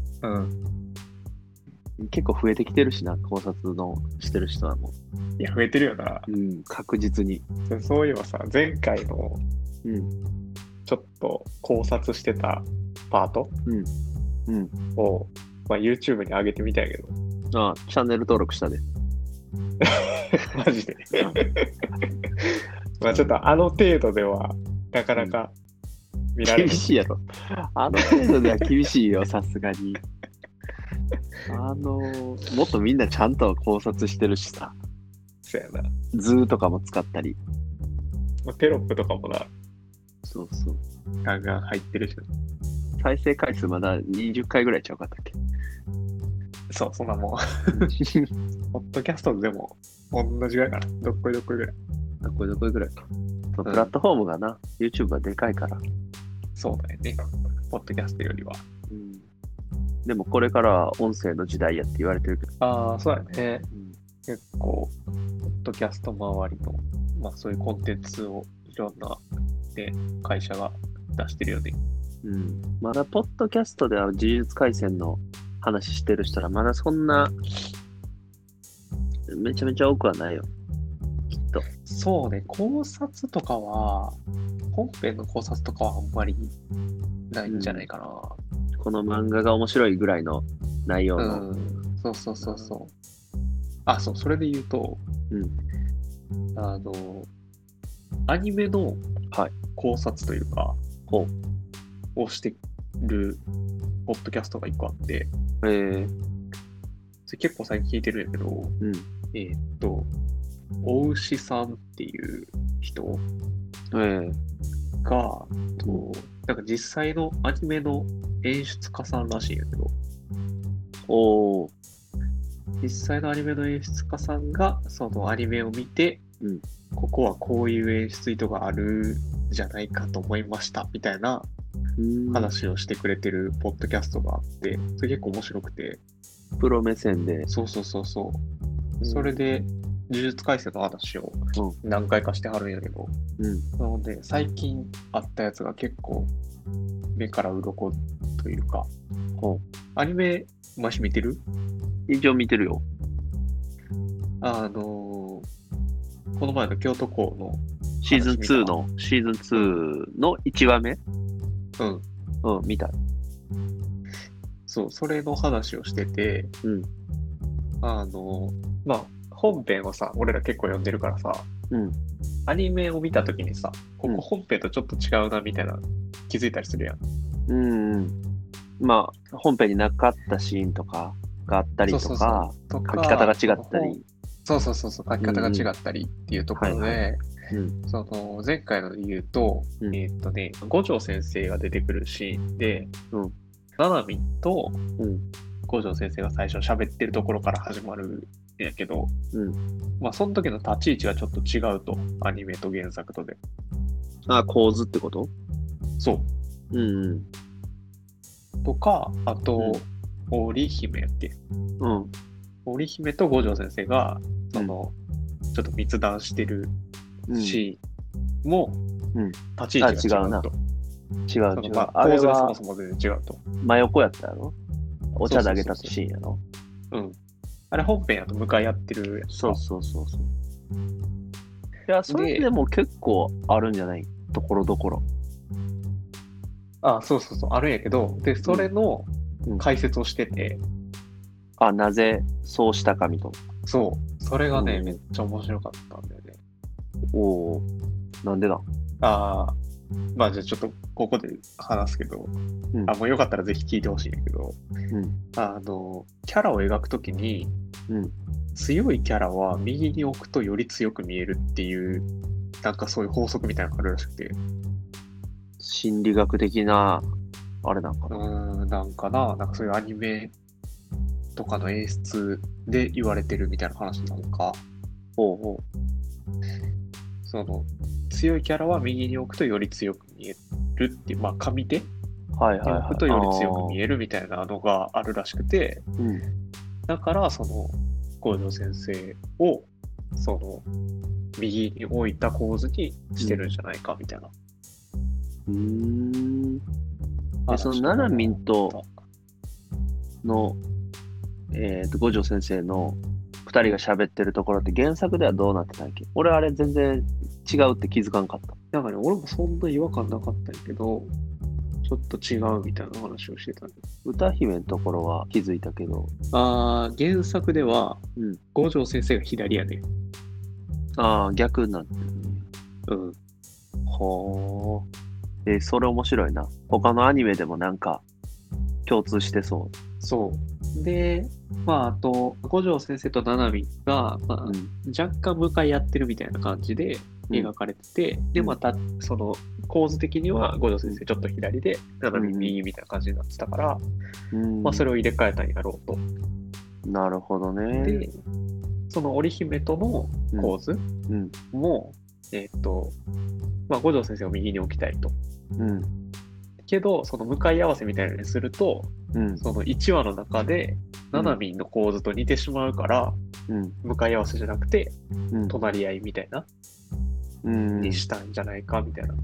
結構増えてきてるしな、考察のしてる人はもう。 いや、増えてるよな。 確実に。 そういえばさ、前回の、ちょっと考察してたパートを、YouTube に上げてみたいけど。 チャンネル登録したで。 マジで。ちょっとあの程度では、なかなか見られる。 厳しいやろ。あの程度では厳しいよ、さすがに。もっとみんなちゃんと考察してるしさ。 そうやな。 図とかも使ったり。 テロップとかもな。 そう。 ガンガン入ってるし。 再生回数まだ20回ぐらいちゃうかったっけ。 そう、そんなもん。ポッドキャストでも同じぐらいかな。どっこいぐらい。 どっこいぐらいか。プラットフォームがな、YouTube はでかいから。 そうだよね。ポッドキャストよりは。 でもこれからは音声の時代やって言われてるけど。 そうやね。結構、ポッドキャスト周りの、そういうコンテンツをいろんな、会社が出してるよね。 まだポッドキャストでは呪術廻戦の話してる人はまだそんなめちゃめちゃ多くはないよ。きっと。 そうね、考察とかは、本編の考察とかはあんまりないんじゃないかな。 この漫画が面白いぐらいの内容の。 そう。それで言うと、アニメの考察というか、をしてるポッドキャストが一個あって、それ結構最近聞いてるんやけど、お牛さんっていう人が、なんか実際のアニメの演出家さんらしいんやけど、実際のアニメの演出家さんがそのアニメを見て、ここはこういう演出意図があるんじゃないかと思いましたみたいな話をしてくれてるポッドキャストがあって、それ結構面白くて。 プロ目線で。 そう。それで、呪術廻戦の話を何回かしてはるんやけど、なので、最近あったやつが結構目から鱗というか、アニメ、マシ見てる？ 一応見てるよ。 この前の京都校のシーズン2の1話目？見た。 そう、それの話をしてて、本編をさ、俺ら結構読んでるからさ、アニメを見たときにさ、ここ本編とちょっと違うなみたいな気づいたりするやん。 本編になかったシーンとかがあったりとか、書き方が違ったり。 書き方が違ったりっていうところで、その前回ので言うと、五条先生が出てくるシーンで、ななみと五条先生が最初喋ってるところから始まるんやけど、その時の立ち位置がちょっと違うと、アニメと原作とで。 構図ってこと？ そう。とか、あと、織姫やっけ？織姫と五条先生が、ちょっと密談してるシーンも、立ち位置が違うと。 違う。 構図がそもそも全然違うと。 真横やったやろ。お茶であげたってシーンやろ。 あれ本編やと向かい合ってるやつ。 そう。いや、それでも結構あるんじゃない？ところどころ。 そう、あるんやけど、で、それの解説をしてて。 なぜそうしたかみたいな。 そう。それがね、めっちゃ面白かったんだよね。 なんでだ？ まあじゃあちょっとここで話すけど、もうよかったらぜひ聞いてほしいんだけど、キャラを描くときに、強いキャラは右に置くとより強く見えるっていう、なんかそういう法則みたいなのがあるらしくて。 心理学的な、あれなんかな。なんかそういうアニメとかの演出で言われてるみたいな話なのか。その強いキャラは右に置くとより強く見えるっていう、上手に置くとより強く見えるみたいなのがあるらしくて、だからその五条先生をその右に置いた構図にしてるんじゃないかみたいな。 そのななみんとの五条先生の2人が喋ってるところって原作ではどうなってたっけ？俺あれ全然違うって気づかんかった。 なんかね、俺もそんな違和感なかったんやけど、ちょっと違うみたいな話をしてたんで。 歌姫のところは気づいたけど。 原作では、五条先生が左やね。 逆になってるね。ほー。それ面白いな。他のアニメでもなんか共通してそう。 そう。で、あと、五条先生とななみが、若干向かい合ってるみたいな感じで描かれてて、で、また、その、構図的には五条先生ちょっと左で、ななみ右みたいな感じになってたから、それを入れ替えたんやろうと。 なるほどね。 で、その織姫との構図も、五条先生を右に置きたいと。けど、その向かい合わせみたいなのにすると、その1話の中で、ななみんの構図と似てしまうから、向かい合わせじゃなくて、隣り合いみたいな、にしたんじゃないかみたいな。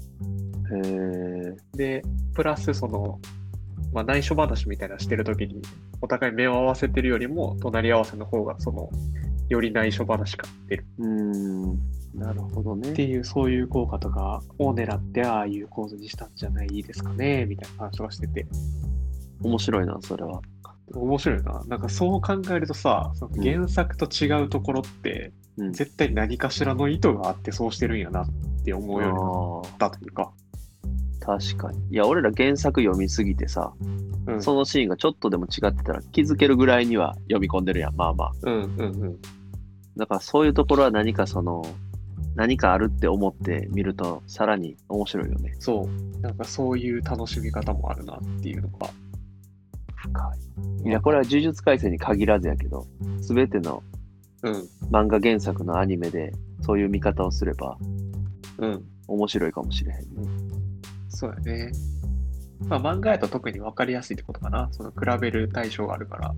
で、プラスその、内緒話みたいなしてるときに、お互い目を合わせてるよりも、隣り合わせの方が、その、より内緒話感出る。 なるほどね。 っていう、そういう効果とかを狙って、ああいう構図にしたんじゃないですかね、みたいな話がしてて。 面白いな、それは。 面白いな。なんかそう考えるとさ、その原作と違うところって、絶対何かしらの意図があってそうしてるんやなって思うようになったというか。 確かに。いや、俺ら原作読みすぎてさ、そのシーンがちょっとでも違ってたら気づけるぐらいには読み込んでるやん、まあまあ。だからそういうところは何かあるって思って見るとさらに面白いよね。 そう。なんかそういう楽しみ方もあるなっていうのが。 深い。いや、これは呪術廻戦に限らずやけど、すべての漫画原作のアニメでそういう見方をすれば、面白いかもしれへんね。 そうやね。漫画やと特に分かりやすいってことかな。その比べる対象があるから。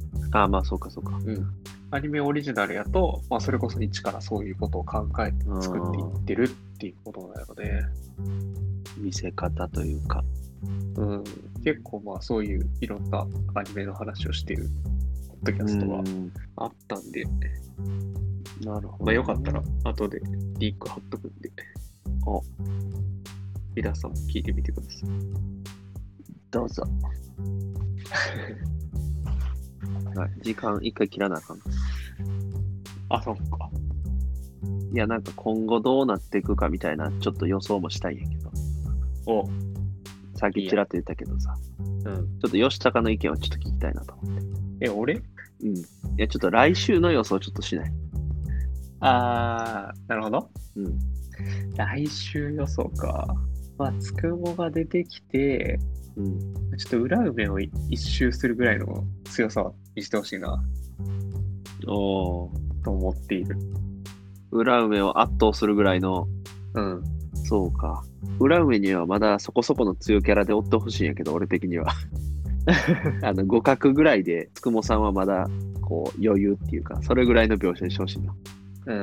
そうかそうか。 アニメオリジナルやと、それこそ一からそういうことを考えて作っていってるっていうことなので、 見せ方というか。 結構そういういろんなアニメの話をしているポッドキャストはあったんで、 なるほど、 よかったら後でリンク貼っとくんで、皆さんも聞いてみてください。 どうぞ。時間一回切らなあかん。 そうか。 いや、なんか今後どうなっていくかみたいな、ちょっと予想もしたいんやけど。さっきちらっと言ったけどさ。ちょっと吉高の意見をちょっと聞きたいなと思って。 俺？ いや、ちょっと来週の予想ちょっとしない。 なるほど。来週予想か。つくもが出てきて、ちょっと裏梅を一周するぐらいの強さにしてほしいな。と思っている。 裏梅を圧倒するぐらいの。そうか。裏梅にはまだそこそこの強いキャラで追ってほしいんやけど、俺的には。互角ぐらいで、つくもさんはまだこう余裕っていうか、それぐらいの描写にしてほしいな。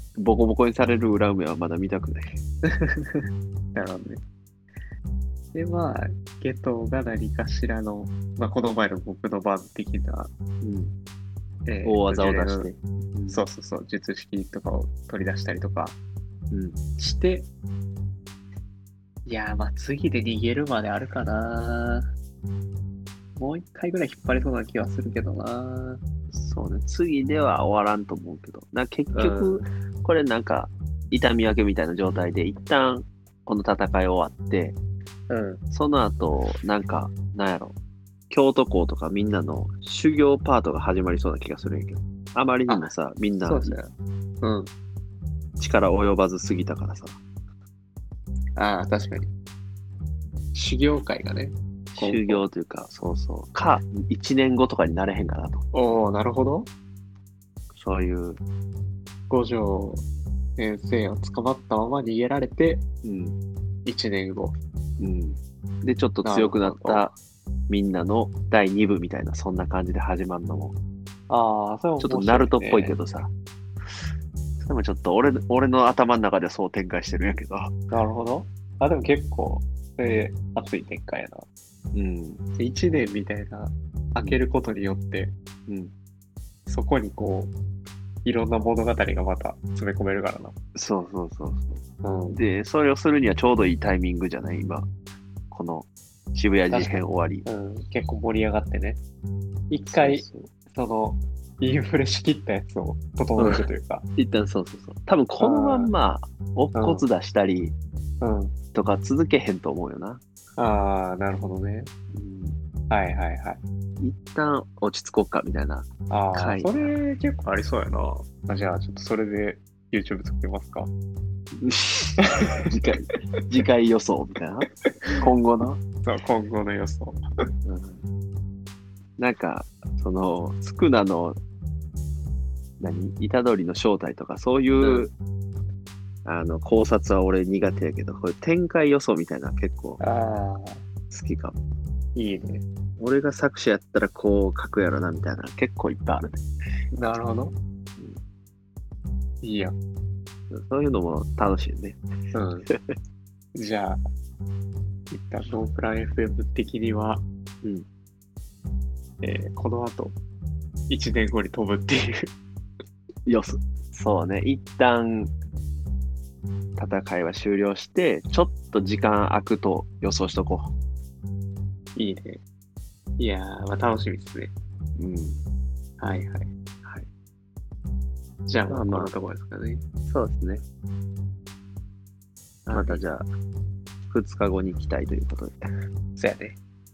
ボコボコにされる裏梅はまだ見たくない。 なるほどね。で、まあ、ゲトが何かしらの、まあ、この前の僕の番的な、 大技を出して。 そうそうそう、術式とかを取り出したりとかうん。 して、いやー、まあ、次で逃げるまであるかな。もう一回ぐらい引っ張りそうな気はするけどな。 そうね。次では終わらんと思うけど。結局、これなんか、痛み分けみたいな状態で、一旦、この戦い終わって、その後、なんやろ。京都校とかみんなの修行パートが始まりそうな気がするんやけど。あまりにもさ、みんな、 そうですね。 力及ばずすぎたからさ。 ああ、確かに。修行会がね。 修行というか、そうそう。1年後とかになれへんかなと。 おお、なるほど。 そういう。 五条先生を捕まったまま逃げられて、1年後。 で、ちょっと強くなったみんなの第2部みたいな、そんな感じで始まるのも。 ああ、それもちょっとナルトっぽいけどさ。それもちょっと俺の頭の中ではそう展開してるんやけど。 なるほど。あ、でも結構、熱い展開やな。1年みたいな、開けることによって、そこにこう、いろんな物語がまた詰め込めるからな。 そう。で、それをするにはちょうどいいタイミングじゃない今。この渋谷事変終わり。 結構盛り上がってね。一回、その、インフレしきったやつを整えるというか。 一旦そう。多分このまんま、乙骨出したり、とか続けへんと思うよな。 ああ、なるほどね。はい。 一旦落ち着こうかみたいな。 ああ、それ結構ありそうやな。じゃあちょっとそれで YouTube 作りますか。 次回予想みたいな。今後の。 そう、今後の予想。 なんか、その、スクナの、虎杖の正体とか、そういう、考察は俺苦手やけど、これ展開予想みたいな結構好きかも。 いいね。 俺が作者やったらこう書くやろなみたいな結構いっぱいある。 なるほど。いいや。 そういうのも楽しいね。 じゃあ、一旦ノープラン FM 的には、この後、1年後に飛ぶっていう。 そうね。一旦、戦いは終了して、ちょっと時間空くと予想しとこう。いいね。いやー、まあ、楽しみですね。はい。じゃあ、こんなところですかね。 そうですね。またじゃあ、2日後に期待ということで。 そうやね。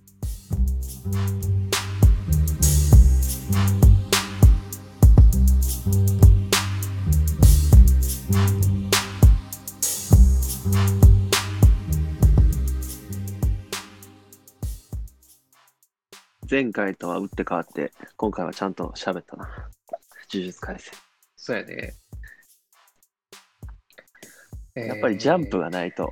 前回とは打って変わって、今回はちゃんと喋ったな。呪術廻戦。 そうやね。 やっぱりジャンプがないと。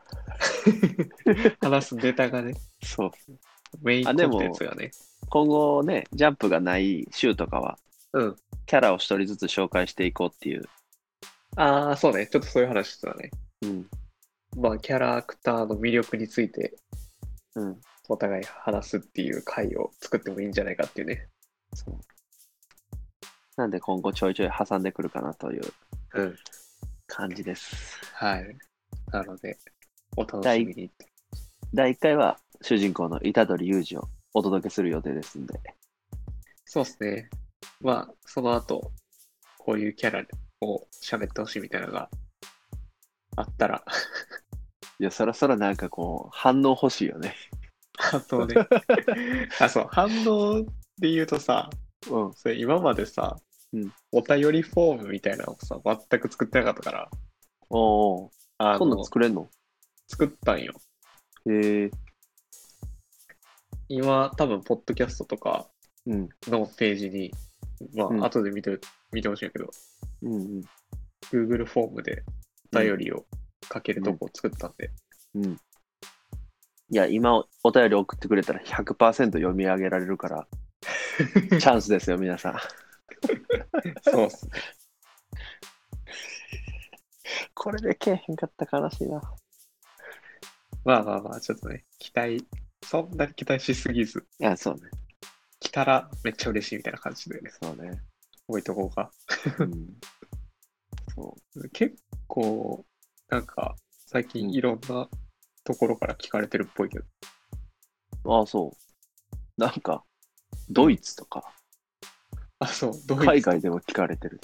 話すネタがね。 そう。 メインコンテンツがね。 今後ね、ジャンプがない週とかは、キャラを一人ずつ紹介していこうっていう。 ああ、そうね。ちょっとそういう話してたね。まあ、キャラクターの魅力について、お互い話すっていう回を作ってもいいんじゃないかっていうね。 そう。なんで今後ちょいちょい挟んでくるかなという感じです。 はい。なので、お楽しみに。 第1回は主人公の虎杖裕二をお届けする予定ですんで。 そうですね。まあ、その後、こういうキャラを喋ってほしいみたいなのがあったら。 いや、そろそろなんかこう、反応欲しいよね。 反応ね。そう、反応で言うとさ、それ今までさ、お便りフォームみたいなのをさ、全く作ってなかったから。 そんなん作れんの？ 作ったんよ。今、多分、ポッドキャストとかのページに、まあ、後で見てほしいんやけど、Google フォームでお便りをかけるとこを作ったんで。 いや、今お便り送ってくれたら 100% 読み上げられるから、チャンスですよ、皆さん。 そうっすね。 これでけえへんかったら悲しいな。 まあまあまあ、ちょっとね、そんなに期待しすぎず、 いや、そうね。 来たらめっちゃ嬉しいみたいな感じでそうね。 置いとこうか。 うん。そ結構、なんか、最近いろんなところから聞かれてるっぽいけど。 う。ああ、そう。なんか、ドイツとか、 あ、そう、ドイツ。 海外でも聞かれてる。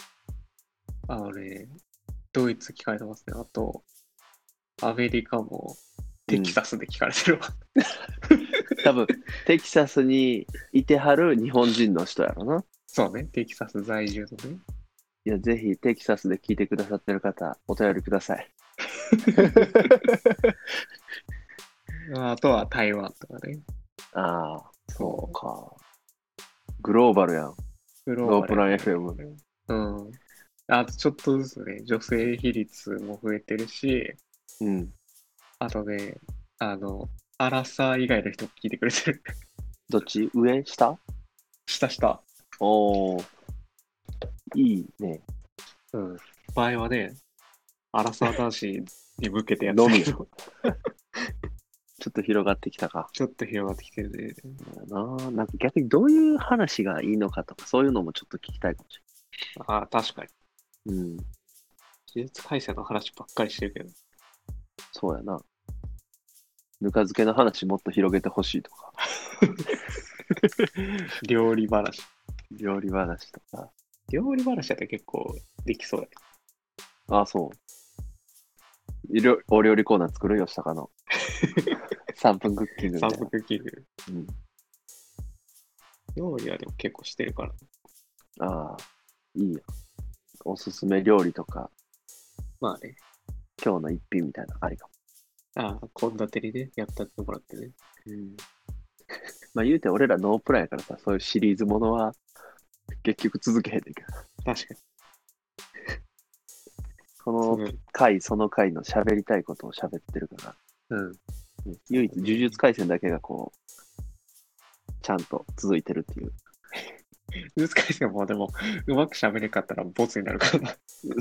ドイツ聞かれてますね。あと、アメリカもテキサスで聞かれてるわ。 多分、テキサスにいてはる日本人の人やろな。 そうね、テキサス在住のね。 いや、ぜひ、テキサスで聞いてくださってる方、お便りください。 あとは台湾とかね。 ああ、 そそうか。グローバルやん。 う。グロノープラン FM。 うん。あとちょっとずつね、女性比率も増えてるし、 うん。 あとね、アラサー以外の人も聞いてくれてる。 どっち上下下。 おー。いいね。 うん。場合はね、アラサー男子に向けてやってたけど、 ちょっと広がってきたか。 ちょっと広がってきてるね。 なんか逆にどういう話がいいのかとか、そういうのもちょっと聞きたいかもしああ、確かに。 れない。うん。 呪術廻戦の話ばっかりしてるけど。 そうやな。ぬか漬けの話もっと広げてほしいとか、 料理話。 料理話とか。 料理話だって結構できそうだけあ、そう。お料理コーナー作るよ、したかの。3分クッキングみど。 たいな。 3分クッキング。 うん。 料理はでも結構してるから。 ああ、いいよ。おすすめ料理とか、 まあね。 今日の一品みたいなのありかああ、献立にね、やったってもらってね。 も。うん。まあ言うて俺らノープランやからさ、そういうシリーズものは結局続けへんねんけど。 確かに。 この回、その回の喋りたいことを喋ってるから、 うん。 唯一呪術廻戦だけがこう、ちゃんと続いてるっていう。 呪術廻戦もでも、うまく喋れんかったらボツになるからな。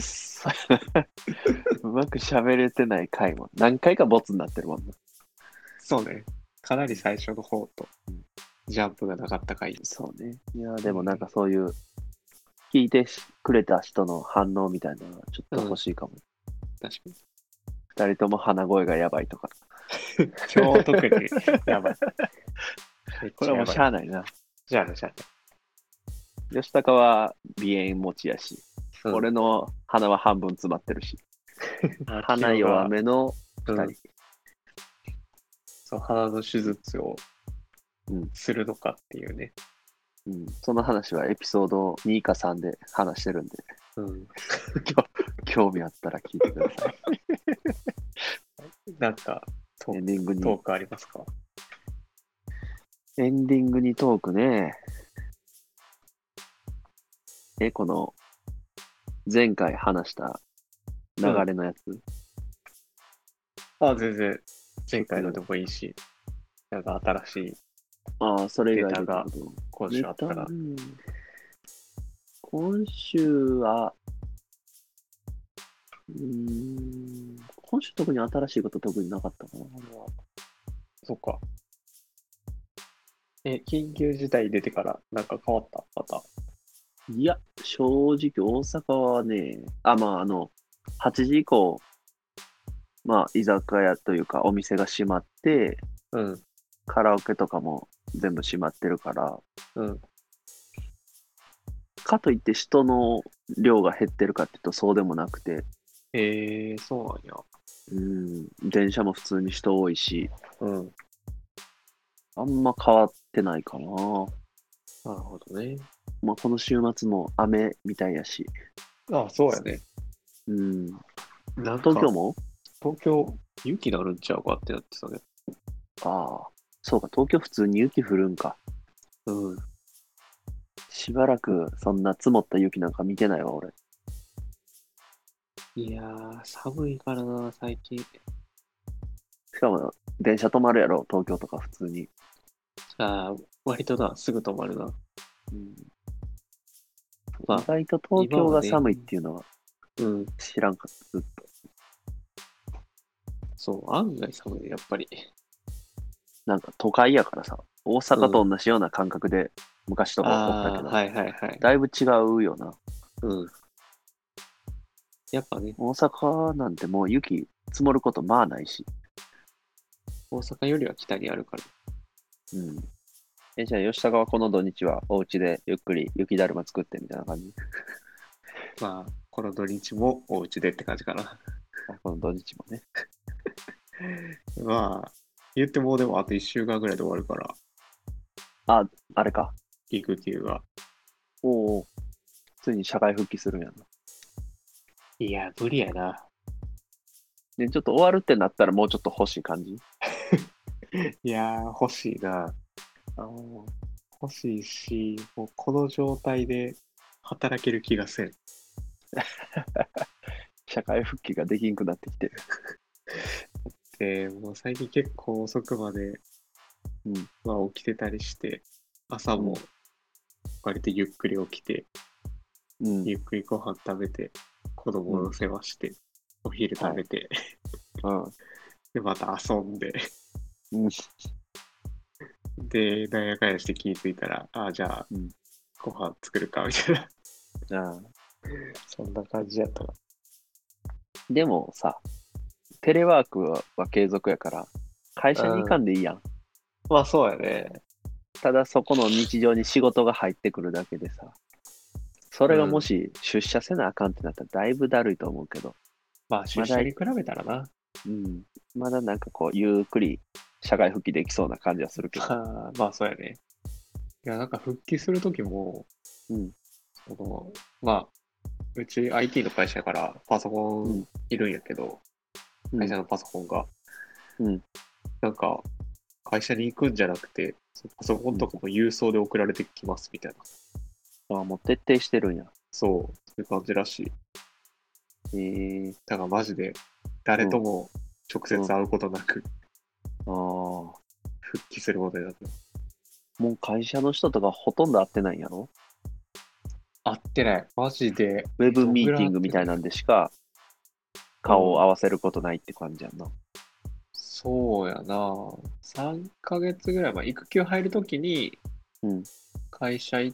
うまく喋れてない回も何回かボツになってるもんな。 そうね。かなり最初の方と、ジャンプがなかった回。 そうね。いや、でもなんかそういう、聞いてくれた人の反応みたいなのはちょっと欲しいかも。 確かに。 二人とも鼻声がやばいとか。 今日特にやばい。 これはもうしゃあないな。 じゃあね。 吉高は鼻炎持ちやし、 うん俺の鼻は半分詰まってるし、鼻弱めの二人。 そう、鼻の手術をうんするのかっていうね。 その話はエピソード2か3で話してるんで、 うん。 興味あったら聞いてください。 なんか、 エンディングに。 トークありますか？ エンディングにトークね。この、前回話した流れのやつ。 あ、全然、前回のでもいいし、なんか新しいああ、それ以外でネタが今週あったら。 今週は、今週特に新しいこと特になかったかな。 そっか。緊急事態出てからなんか変わったまた。 いや、正直大阪はね、8時以降、居酒屋というかお店が閉まって、カラオケとかも全部閉まってるから、かといって人の量が減ってるかっていうとそうでもなくて、 そうなんや。 電車も普通に人多いし、 うん。 あんま変わってないかな。 なるほどね。 この週末も雨みたいやし。 ああ、そうやね。 東京も東京、雪なるんちゃうかってなってたね。 ああ、そうか、東京普通に雪降るんか。しばらくそんな積もった雪なんか見てないわ、俺。 いやー、寒いからな、最近。 しかも、電車止まるやろ、東京とか普通に。 ああ、割とな、すぐ止まるな。 意外と東京が寒いっていうのは、知らんかった、ずっと。 そう、案外寒いね、やっぱり。 なんか都会やからさ、大阪と同じような感覚で昔とかおったけど、 はいはいはい。 だいぶ違うよな。 うん。やっぱね、 大阪なんてもう雪積もることまあないし。 大阪よりは北にあるから。 うん。じゃあ吉高はこの土日はお家でゆっくり雪だるま作ってみたいな感じ？ まあ、この土日もお家でって感じかな。 この土日もね。 まあ、言ってもでもあと1週間ぐらいで終わるから、 あれか。 育休が。 おお。ついに社会復帰するんやな。 いや、無理やな。 で、ちょっと終わるってなったらもうちょっと欲しい感じ？ いやー、欲しいな。欲しいし、もうこの状態で働ける気がせん。 社会復帰ができんくなってきてる。 で、もう最近結構遅くまで、 うん。 まあ、起きてたりして、朝も割とゆっくり起きて、 うん。 ゆっくりご飯食べて、子供の世話して、お昼食べて、 うん。 で、また遊んで、 うん。 で、なんやかんやして気づいたら、じゃあ、 うん。 ご飯作るか、みたいな。 ああ。 そんな感じやったな。 でもさ、テレワークは継続やから、会社に行かんでいいやん。 まあ、そうやね。 ただそこの日常に仕事が入ってくるだけでさ、それがもし出社せなあかんってなったらだいぶだるいと思うけど、 まあ、出社に比べたらな。 うん。まだなんかこう、ゆっくり社会復帰できそうな感じはするけど。 まあ、そうやね。いや、なんか復帰するときも、 うん。 まあ、うち IT の会社やからパソコンうんいるんやけど、会社のパソコンが。 うん。 なんか、会社に行くんじゃなくて、そのパソコンとかも郵送で送られてきますみたいな。 ああ、もう徹底してるんや。 そういう感じらしい。だからマジで、誰とも直接会うことなく、 ああ、 復帰することになった。 もう会社の人とかほとんど会ってないんやろ？ 会ってない。マジで。 ウェブミーティングみたいなんでしか顔を合わせることないって感じやんな。 そうやな。3ヶ月ぐらい前、育休入るときにうん。 会社行って、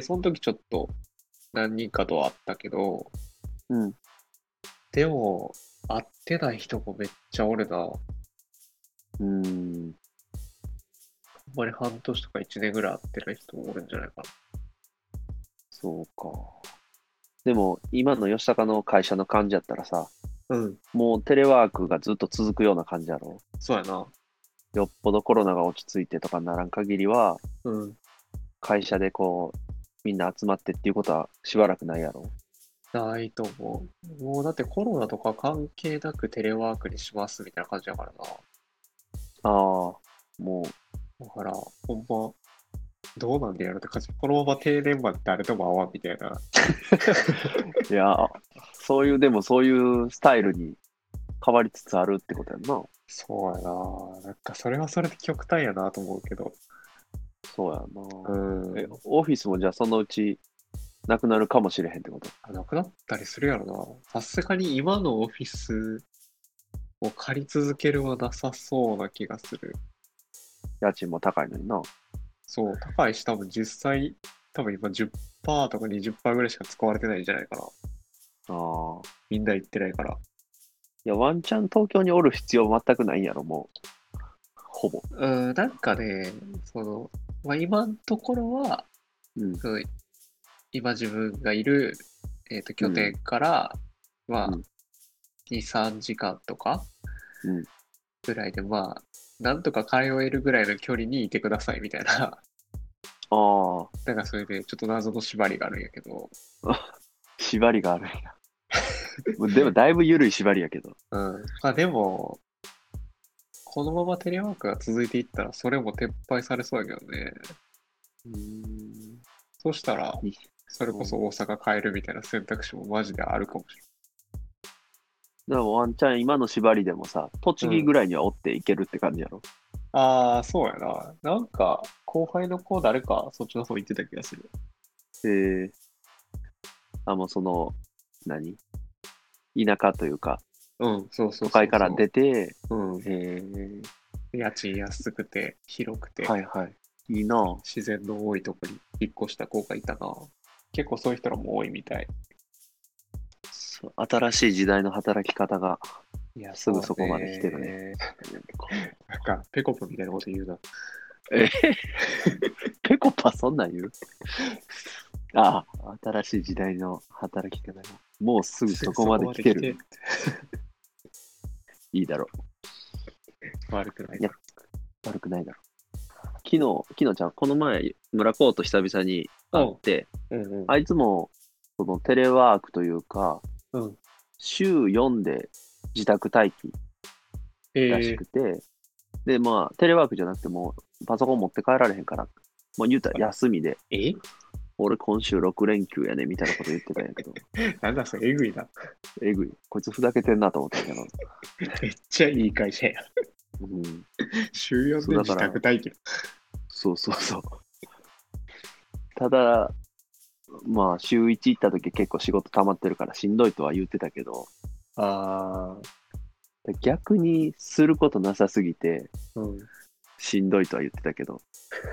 その時ちょっと何人かと会ったけど、 うん。 でも、会ってない人もめっちゃおるな。 うーん。 ほんまに半年とか1年ぐらい会ってない人もおるんじゃないかそうか。でも、今の吉高の会社の感じやったらさ、 な。うん。 もうテレワークがずっと続くような感じやろ？ そうやな。 よっぽどコロナが落ち着いてとかならん限りは、 うん。 会社でこう、みんな集まってっていうことはしばらくないやろ？ ないと思う。もうだってコロナとか関係なくテレワークにしますみたいな感じだからな。 ああ、もだから、ほんま、どうなんでやろって感じ。このまま定年まで誰とも会わんみたいな。 う、いや、でもそういうスタイルに変わりつつあるってことやんな。 そうやな。なんかそれはそれで極端やなと思うけど。 そうやうな。 ん。 オフィスもじゃあそのうちなくなるかもしれへんってこと？ なくなったりするやろな。さすがに今のオフィスを借り続けるはなさそうな気がする。 家賃も高いのにな。 そう、高いし多分実際、多分今10%とか20%ぐらいしか使われてないんじゃないかな。 ああ。 みんな行ってないから。 いや、ワンチャン東京におる必要全くないんやろ、もう。ほぼ。 なんかね、まあ、今のところは、 うん。 今自分がいる、拠点から、まあ、 うん 2、3時間とかうん。 ぐらいで、まあ、なんとか通えるぐらいの距離にいてくださいみたいな。 ああ。 なんかそれでちょっと謎の縛りがあるんやけど。 縛りがあるんや。でもだいぶ緩い縛りやけど。 うん。まあでも、このままテレワークが続いていったら、それも撤廃されそうやけどね。そうしたら、それこそ大阪帰るみたいな選択肢もマジであるかもしれでもワンチャン今の縛りでもさ、栃木ぐらいにはおっていけるって感じやろ。 ない。そうやな。なんか、後輩の子誰かそっちの方行ってた気がする。 もう何田舎というか、 うん、そうそうそうそう。 都会から出て、 うん。 ー、 家賃安くて、広くて、 はいはい。いいなぁ。 自然の多いとこに引っ越した子がいたな。結構そういう人らも多いみたい。 新しい時代の働き方がいや、 すぐそこまで来てるね。 ね。なんか、ペコパみたいなこと言うな。 えペコパそんなん言う？ああ、新しい時代の働き方がもうすぐそこまで来てる。いいだろ悪くない。 いや、悪くないだろ昨日ちゃん、この前、村コーと久々に会って、 うんうん。 あいつも、そのテレワークというか、 うん。 週4で自宅待機らしくて、で、まあ、テレワークじゃなくても、パソコン持って帰られへんから、もう言うたら休みで、俺今週6連休やね、みたいなこと言ってたんやけど、 なんだそれ、えぐいな。 えぐい。こいつふざけてんなと思ったんやけど、 めっちゃいい会社や。 うん、 週4で自宅待機。 そうそうそう。ただ、まあ、週1行った時結構仕事溜まってるからしんどいとは言ってたけど、 あ逆にすることなさすぎて、 あ、うん。 しんどいとは言ってたけど、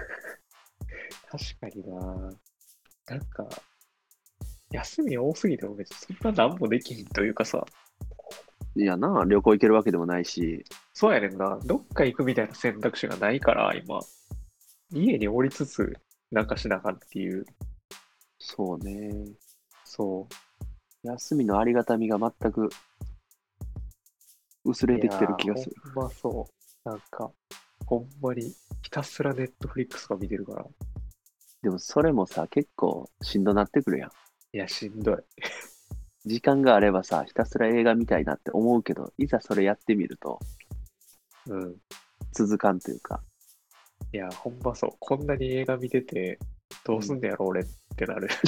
確かにな。なんか、休み多すぎても別にそんな何もできひんというかさ、 いやな、旅行行けるわけでもないし、 そうやねんな。どっか行くみたいな選択肢がないから、今。家におりつつ、なんかしなあかんっていう。 そうね、 そ休みのありがたみが全く薄う。 れてきてる気がする。 ほんまそう。なんか、ほんまにひたすらネットフリックスが見てるから。 でもそれもさ、結構しんどなってくるやん。 いや、しんどい。 時間があればさ、ひたすら映画見たいなって思うけど、いざそれやってみるとうん。 続かんというか、 いや、ほんまそう。こんなに映画見てて、どうすんねやろ、俺ってなる。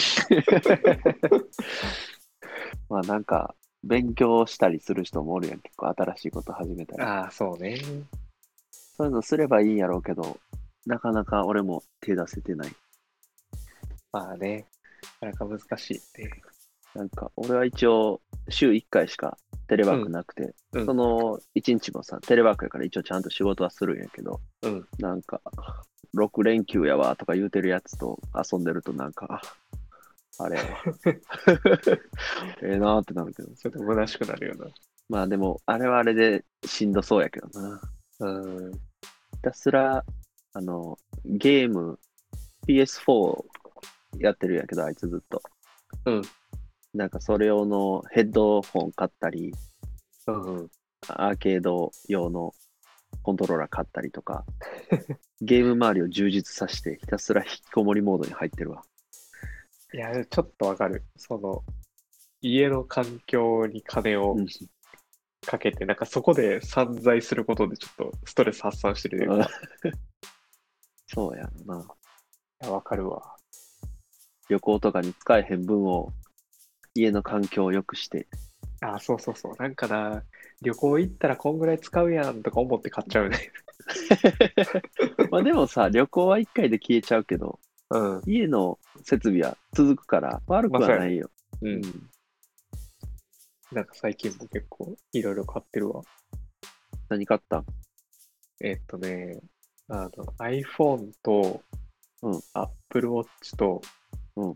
まあなんか、勉強したりする人もおるやん、結構新しいこと始めたり。 ああ、そうね。 そういうのすればいいんやろうけど、なかなか俺も手出せてない。 まあね。なかなか難しいね。 なんか、俺は一応、週1回しかテレワークなくて、 うんその1日もさ、テレワークやから一応ちゃんと仕事はするんやけど、 うん。 なんか、6連休やわとか言うてるやつと遊んでるとなんか、あれやわ。ええなーってなるけど。 ちょっと虚しくなるよな。 まあでも、あれはあれでしんどそうやけどな。 うん。 ひたすら、ゲーム、PS4 やってるんやけど、あいつずっと。 うん。 なんかそれ用のヘッドホン買ったり、 うん。 アーケード用のコントローラー買ったりとか、ゲーム周りを充実させて、ひたすら引きこもりモードに入ってるわ。 いや、ちょっとわかる。その、家の環境に金をうんかけて、なんかそこで散財することでちょっとストレス発散してるというか。 そうやろな。 いや、わかるわ。 旅行とかに使えへん分を家の環境を良くして。 あ、そうそうそう。なんかな、旅行行ったらこんぐらい使うやんとか思って買っちゃうね。 まあでもさ、旅行は1回で消えちゃうけど、 うん。 家の設備は続くから悪くはないよ。 うん。なんか最近も結構いろいろ買ってるわ。 何買ったん？ ね、iPhone とうん Apple Watch と、 うん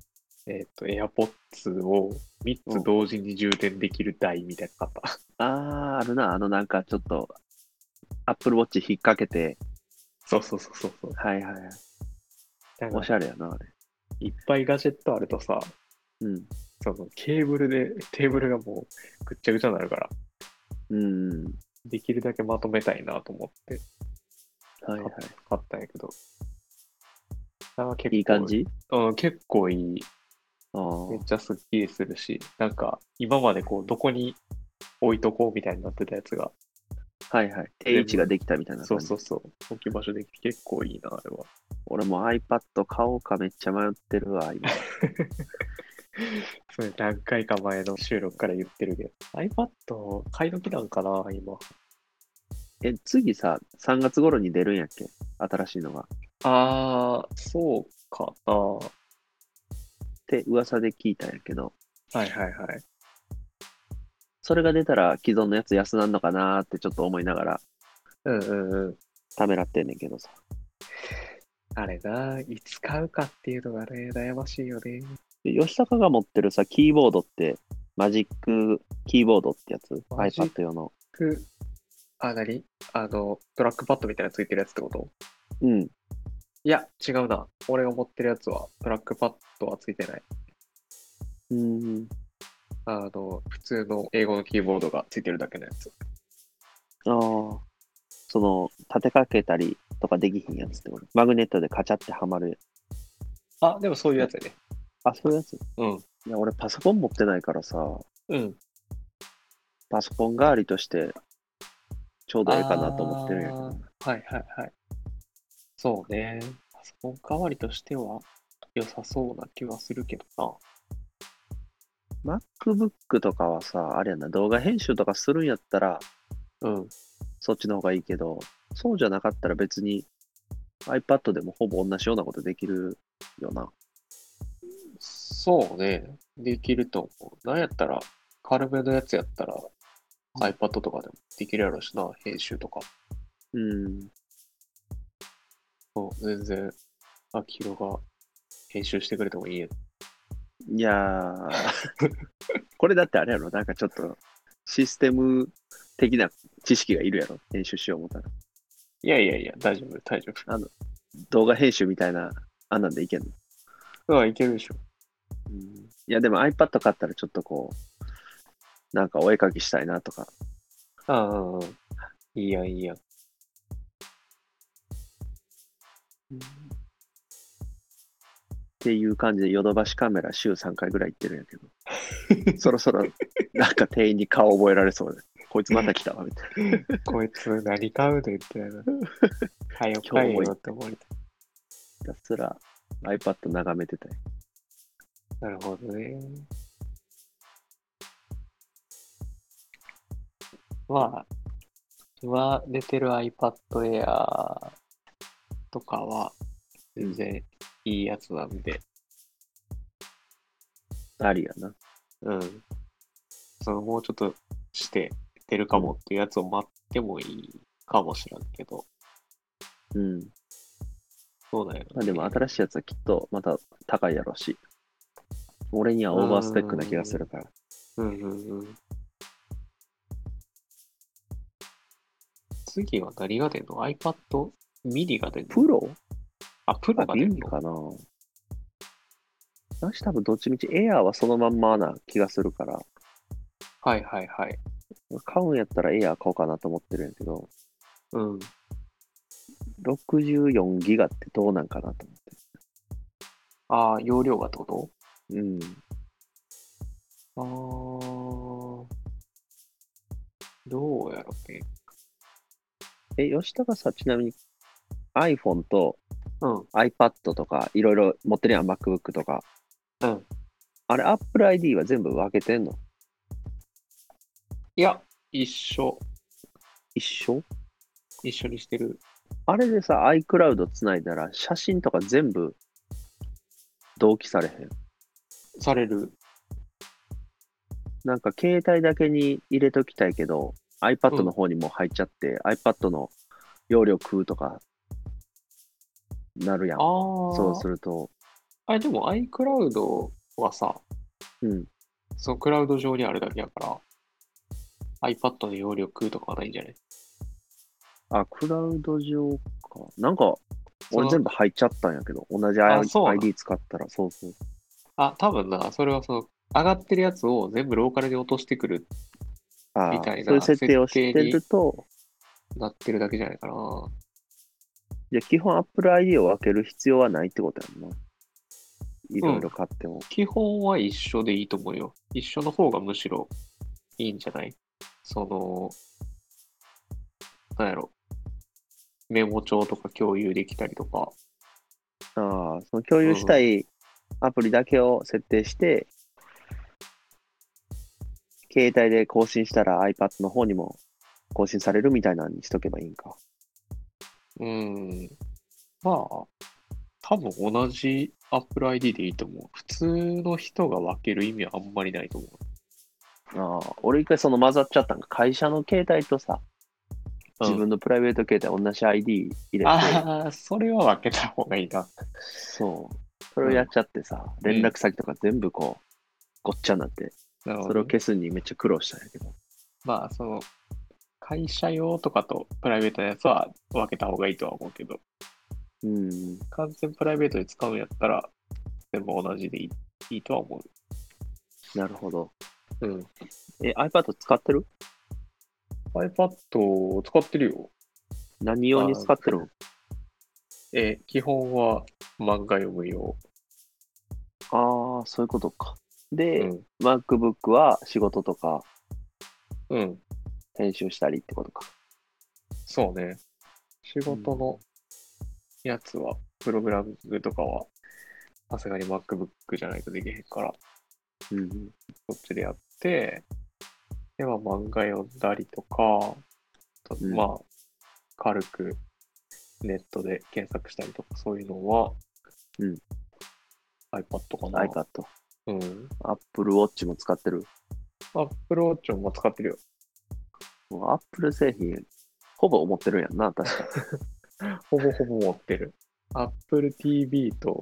AirPods を3つ同時に充電できる台みたいなの買った。 あるな。なんかちょっと、Apple Watch 引っ掛けて、 そうそうそうそうそう。 はいはいはい。 なんかおしゃれやな、あれ。 いっぱいガジェットあるとさ、 うん。 そのケーブルでテーブルがもうぐっちゃぐちゃになるから、 うん。 できるだけまとめたいなと思ってはいはい。 買ったんやけど。結構いい感じ？ うん、結構いい。 ああ。 めっちゃスッキリするし、なんか今までこうどこに置いとこうみたいになってたやつが、 はいはい。定位置ができたみたいな感じ。 そうそうそう、置き場所できて結構いいな、あれは。 俺も iPad 買おうかめっちゃ迷ってるわ、今。 それ何回か前の収録から言ってるけど、iPad 買い時なんかな、今。 次さ、3月頃に出るんやっけ？新しいのが。 そうかな。はって噂で聞いたんやけど、 いはいはい。 それが出たら既存のやつ安なんのかなーってちょっと思いながら、 うんうんうん。 ためらってんねんけどさ。 あれな、いつ買うかっていうのがね、悩ましいよね。 で吉高が持ってるさ、キーボードって、マジックキーボードってやつマジッ ?iPad 用の。 何トラックパッドみたいなのついてるやつってこと？ うん。 いや、違うな。俺が持ってるやつは、トラックパッドはついてない。 うん。 普通の英語のキーボードがついてるだけのやつ。 ああ。その、立てかけたりとかできひんやつってこと。マグネットでカチャってはまる。 あ、でもそういうやつやね。 あ、そういうやつ。 うん。 いや、俺パソコン持ってないからさ、 うん。 パソコン代わりとしてちょうどええかなと思ってるんやけど。 はいはいはい。そうね。パソコン代わりとしては良さそうな気はするけど MacBook とかはさ、あれやな、動画編集とかするんやったら、 な。うん。 そっちの方がいいけど、そうじゃなかったら別に iPad でもほぼ同じようなことできるよな。 そうね。できると思う。なんやったら、軽めのやつやったら iPad とかでもできるやろしな、編集とか。 うん。 そう、全然、アキロが編集してくれてもいいや。 いやー、これだってあれやろ、なんかちょっとシステム的な知識がいるやろ、編集しよう思ったら。 いやいやいや、大丈夫、大丈夫。 動画編集みたいな、あんなんでいけんの。 うん、いけるでしょ。 うん、いや、でも iPad 買ったらちょっとこう、なんかお絵描きしたいなとか。 ああ、いいやん、いいやん。 っていう感じでヨドバシカメラ週3回ぐらい行ってるんやけど、そろそろなんか店員に顔覚えられそうで、こいつまた来たわ、みたいな。 こいつ何買うねんってな。はよ買えよって思われた。 ひたすら iPad 眺めてたよ。 なるほどね。まあ、今出てる iPad Air とかは全然いいやつなんで、 ありやな。 うん。もうちょっとして出るかもっていうやつを待ってもいいかもしらんけど、 うん。 そうだよね。 まあでも新しいやつはきっとまた高いやろうし、俺にはオーバースペックな気がするから。 うんうんうん。次は何が出んの？ iPad mini が出んの？ プロあ、プロが出んの？ ミニかな。私多分どっちみちエアーはそのまんまな気がするから、 はいはいはい。 買うんやったらエアー買おうかなと思ってるんやけど、 うん。 64ギガってどうなんかなと思って。 ああ、容量がってこうん。 と？どうやろね。 吉田がさ、ちなみに iPhone とうん。 iPad とかいろいろ持ってるやん、MacBook とか。 うん。 あれ、Apple ID は全部分けてんの？ いや、一緒一緒にしてる。 あれでさ、iCloud つないだら写真とか全部同期されへん？ される。 なんか携帯だけに入れときたいけど、iPad の方にも入っちゃって、iPad の容量食うとかなるやん。 あそうあ。 すると、 でも iCloud はさ、 うん。 そのクラウド上にあるだけやから、iPad の容量食うとかはないんじゃない？ あ、クラウド上か。なんか、 その俺全部入っちゃったんやけど、同じそうなん ID 使ったら、そうそう。 多分な、それは上がってるやつを全部ローカルに落としてくるああ、 みたいなそういう設定をしてると、 なってるだけじゃないかな。 じゃあ基本 Apple ID を分ける必要はないってことやんな。いろいろ買っても。 基本は一緒でいいと思うよ。一緒の方がむしろいいんじゃない？なんやろ。メモ帳とか共有できたりとか。 ああ、その共有したいアプリだけを設定して、携帯で更新したら iPad の方にも更新されるみたいなのにしとけばいいんか。 まあ、多分同じ Apple ID でいいと思う。普通の人が分ける意味はあんまりないと思う。 ああ、俺一回その混ざっちゃったんか。会社の携帯とさ、自分のプライベート携帯同じ ID 入れて、 ああ、それは分けた方がいいな。 そう。それをやっちゃってさ、連絡先とか全部こう、ごっちゃになって、それを消すにめっちゃ苦労したんやけど。 まあ、その、会社用とかとプライベートのやつは分けた方がいいとは思うけど、完全プライベートで使うんやったら、全部同じでいいとは思う。 なるほど。 うん。 iPad 使ってる？ iPad を使ってるよ。 何用に使ってるの？ 基本は漫画読む用。 ああ、そういうことか。で、MacBook は仕事とか、編集したりってことか。 そうね。仕事のやつは、プログラミングとかは、さすがに MacBook じゃないとできへんから、そっちでやって、では漫画読んだりとか、まあ、軽くネットで検索したりとか、そういうのは、iPad かな。 iPad。Apple Watch も使ってる？ Apple Watch も使ってるよ。 Apple 製品、ほぼ持ってるんやんな、確か。ほぼほぼ持ってる。Apple TV と、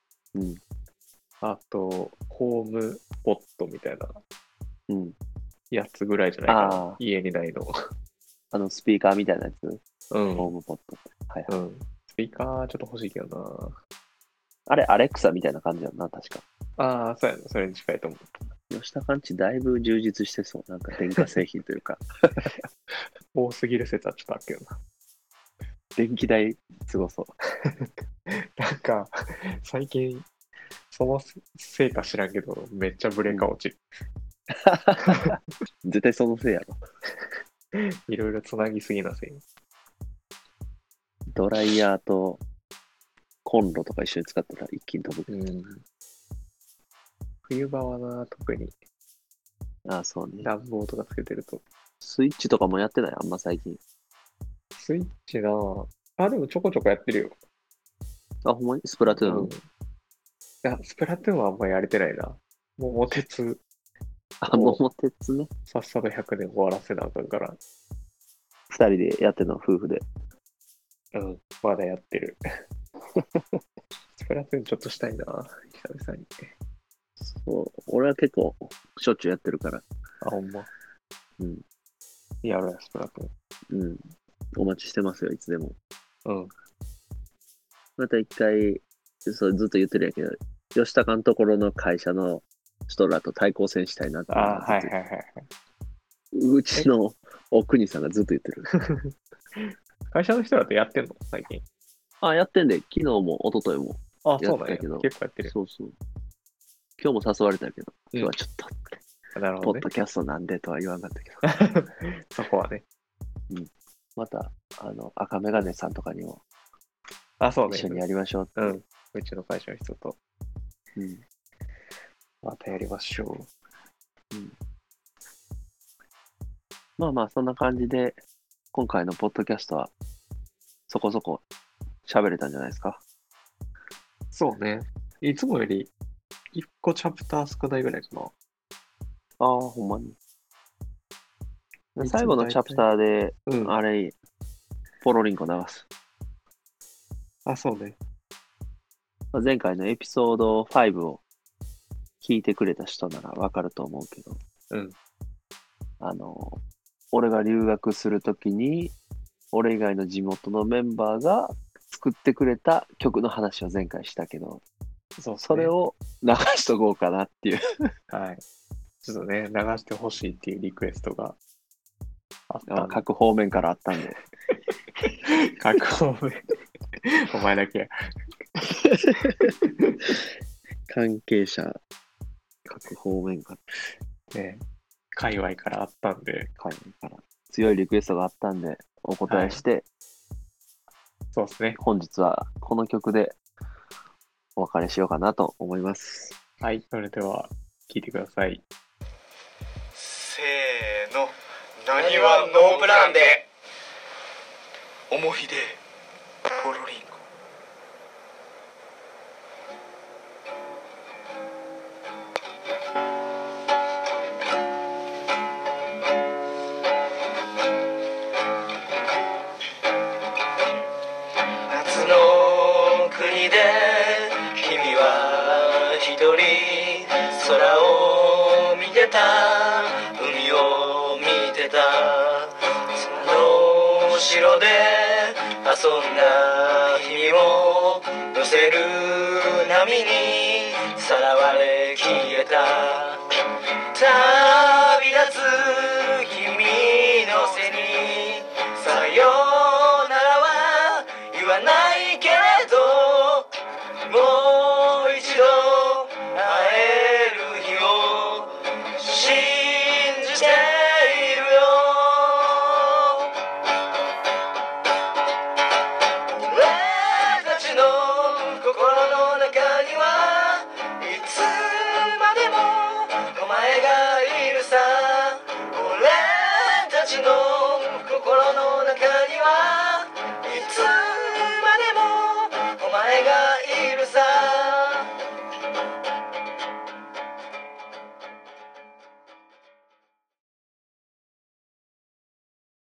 あと、ホームポットみたいな、やつぐらいじゃないかな。家にないの。 スピーカーみたいなやつ？ホームポット。はいはい。 スピーカーちょっと欲しいけどな。 あれ、アレクサみたいな感じやんな、確か。 ああ、そうやな、それに近いと思う。 吉田カンチだいぶ充実してそう。なんか電化製品というか。 多すぎる説はちょっとあるけどな。 電気代すごそう。 なんか、最近、そのせいか知らんけど、めっちゃブレーカー落ちる。 絶対そのせいやろ。 いろいろつなぎすぎなせい。 ドライヤーとコンロとか一緒に使ってたら一気に飛ぶ。 冬場はな、特に。 ああ、そうね。 暖房とかつけてると。 スイッチとかもやってない？あんま最近。 スイッチなあ、でもちょこちょこやってるよ。 あ、ほんまにスプラトゥーン？ いや、スプラトゥーンはあんまりやれてないな。桃鉄。 桃鉄ね。 さっさと100年終わらせなあかんから。 二人でやってるの、夫婦で。 まだやってる。スプラトゥーンちょっとしたいな、久々に。 そう、俺は結構しょっちゅうやってるから。 あ、ほんま。やろうや、スプラトゥーン。 お待ちしてますよ、いつでも。また一回、そうずっと言ってるやけど、吉高のところの会社の人らと対抗戦したいなって。うちの奥国さんがずっと言ってる。 会社の人らとやってんの最近。 やってんで、昨日も一昨日もやったけど。 結構やってる。 そうそう。今日も誘われたけど、今日はちょっと、 なるほどね、 ポッドキャストなんでとは言わなかったけど。そこはね。 また、赤メガネさんとかにも、 そうね。 一緒にやりましょう。 うちの会社の人と。またやりましょう。 まあまあ、そんな感じで、今回のポッドキャストは、そこそこ喋れたんじゃないですか。 そうね。いつもより、1個チャプター少ないぐらいかな。 ほんまに。最後のチャプターで、あれ、ポロリンコ流す。 そうね。 前回のエピソード5を聞いてくれた人ならわかると思うけど、俺が留学するときに、俺以外の地元のメンバーが作ってくれた曲の話を前回したけど、それを流しとこうかなっていう。 はい。ちょっとね、流してほしいっていうリクエストがあった。 各方面からあったんで。 各方面。お前だけや。 関係者、各方面から。 ね、界隈からあったんで。 界隈から。強いリクエストがあったんで、お答えして、 そうですね。 本日はこの曲でお別れしようかなと思います。 はい、それでは聴いてください。 せーの、なにわノープランで思い出ポロリンコ。 城で遊んだ日々も寄せる波にさらわれ消えた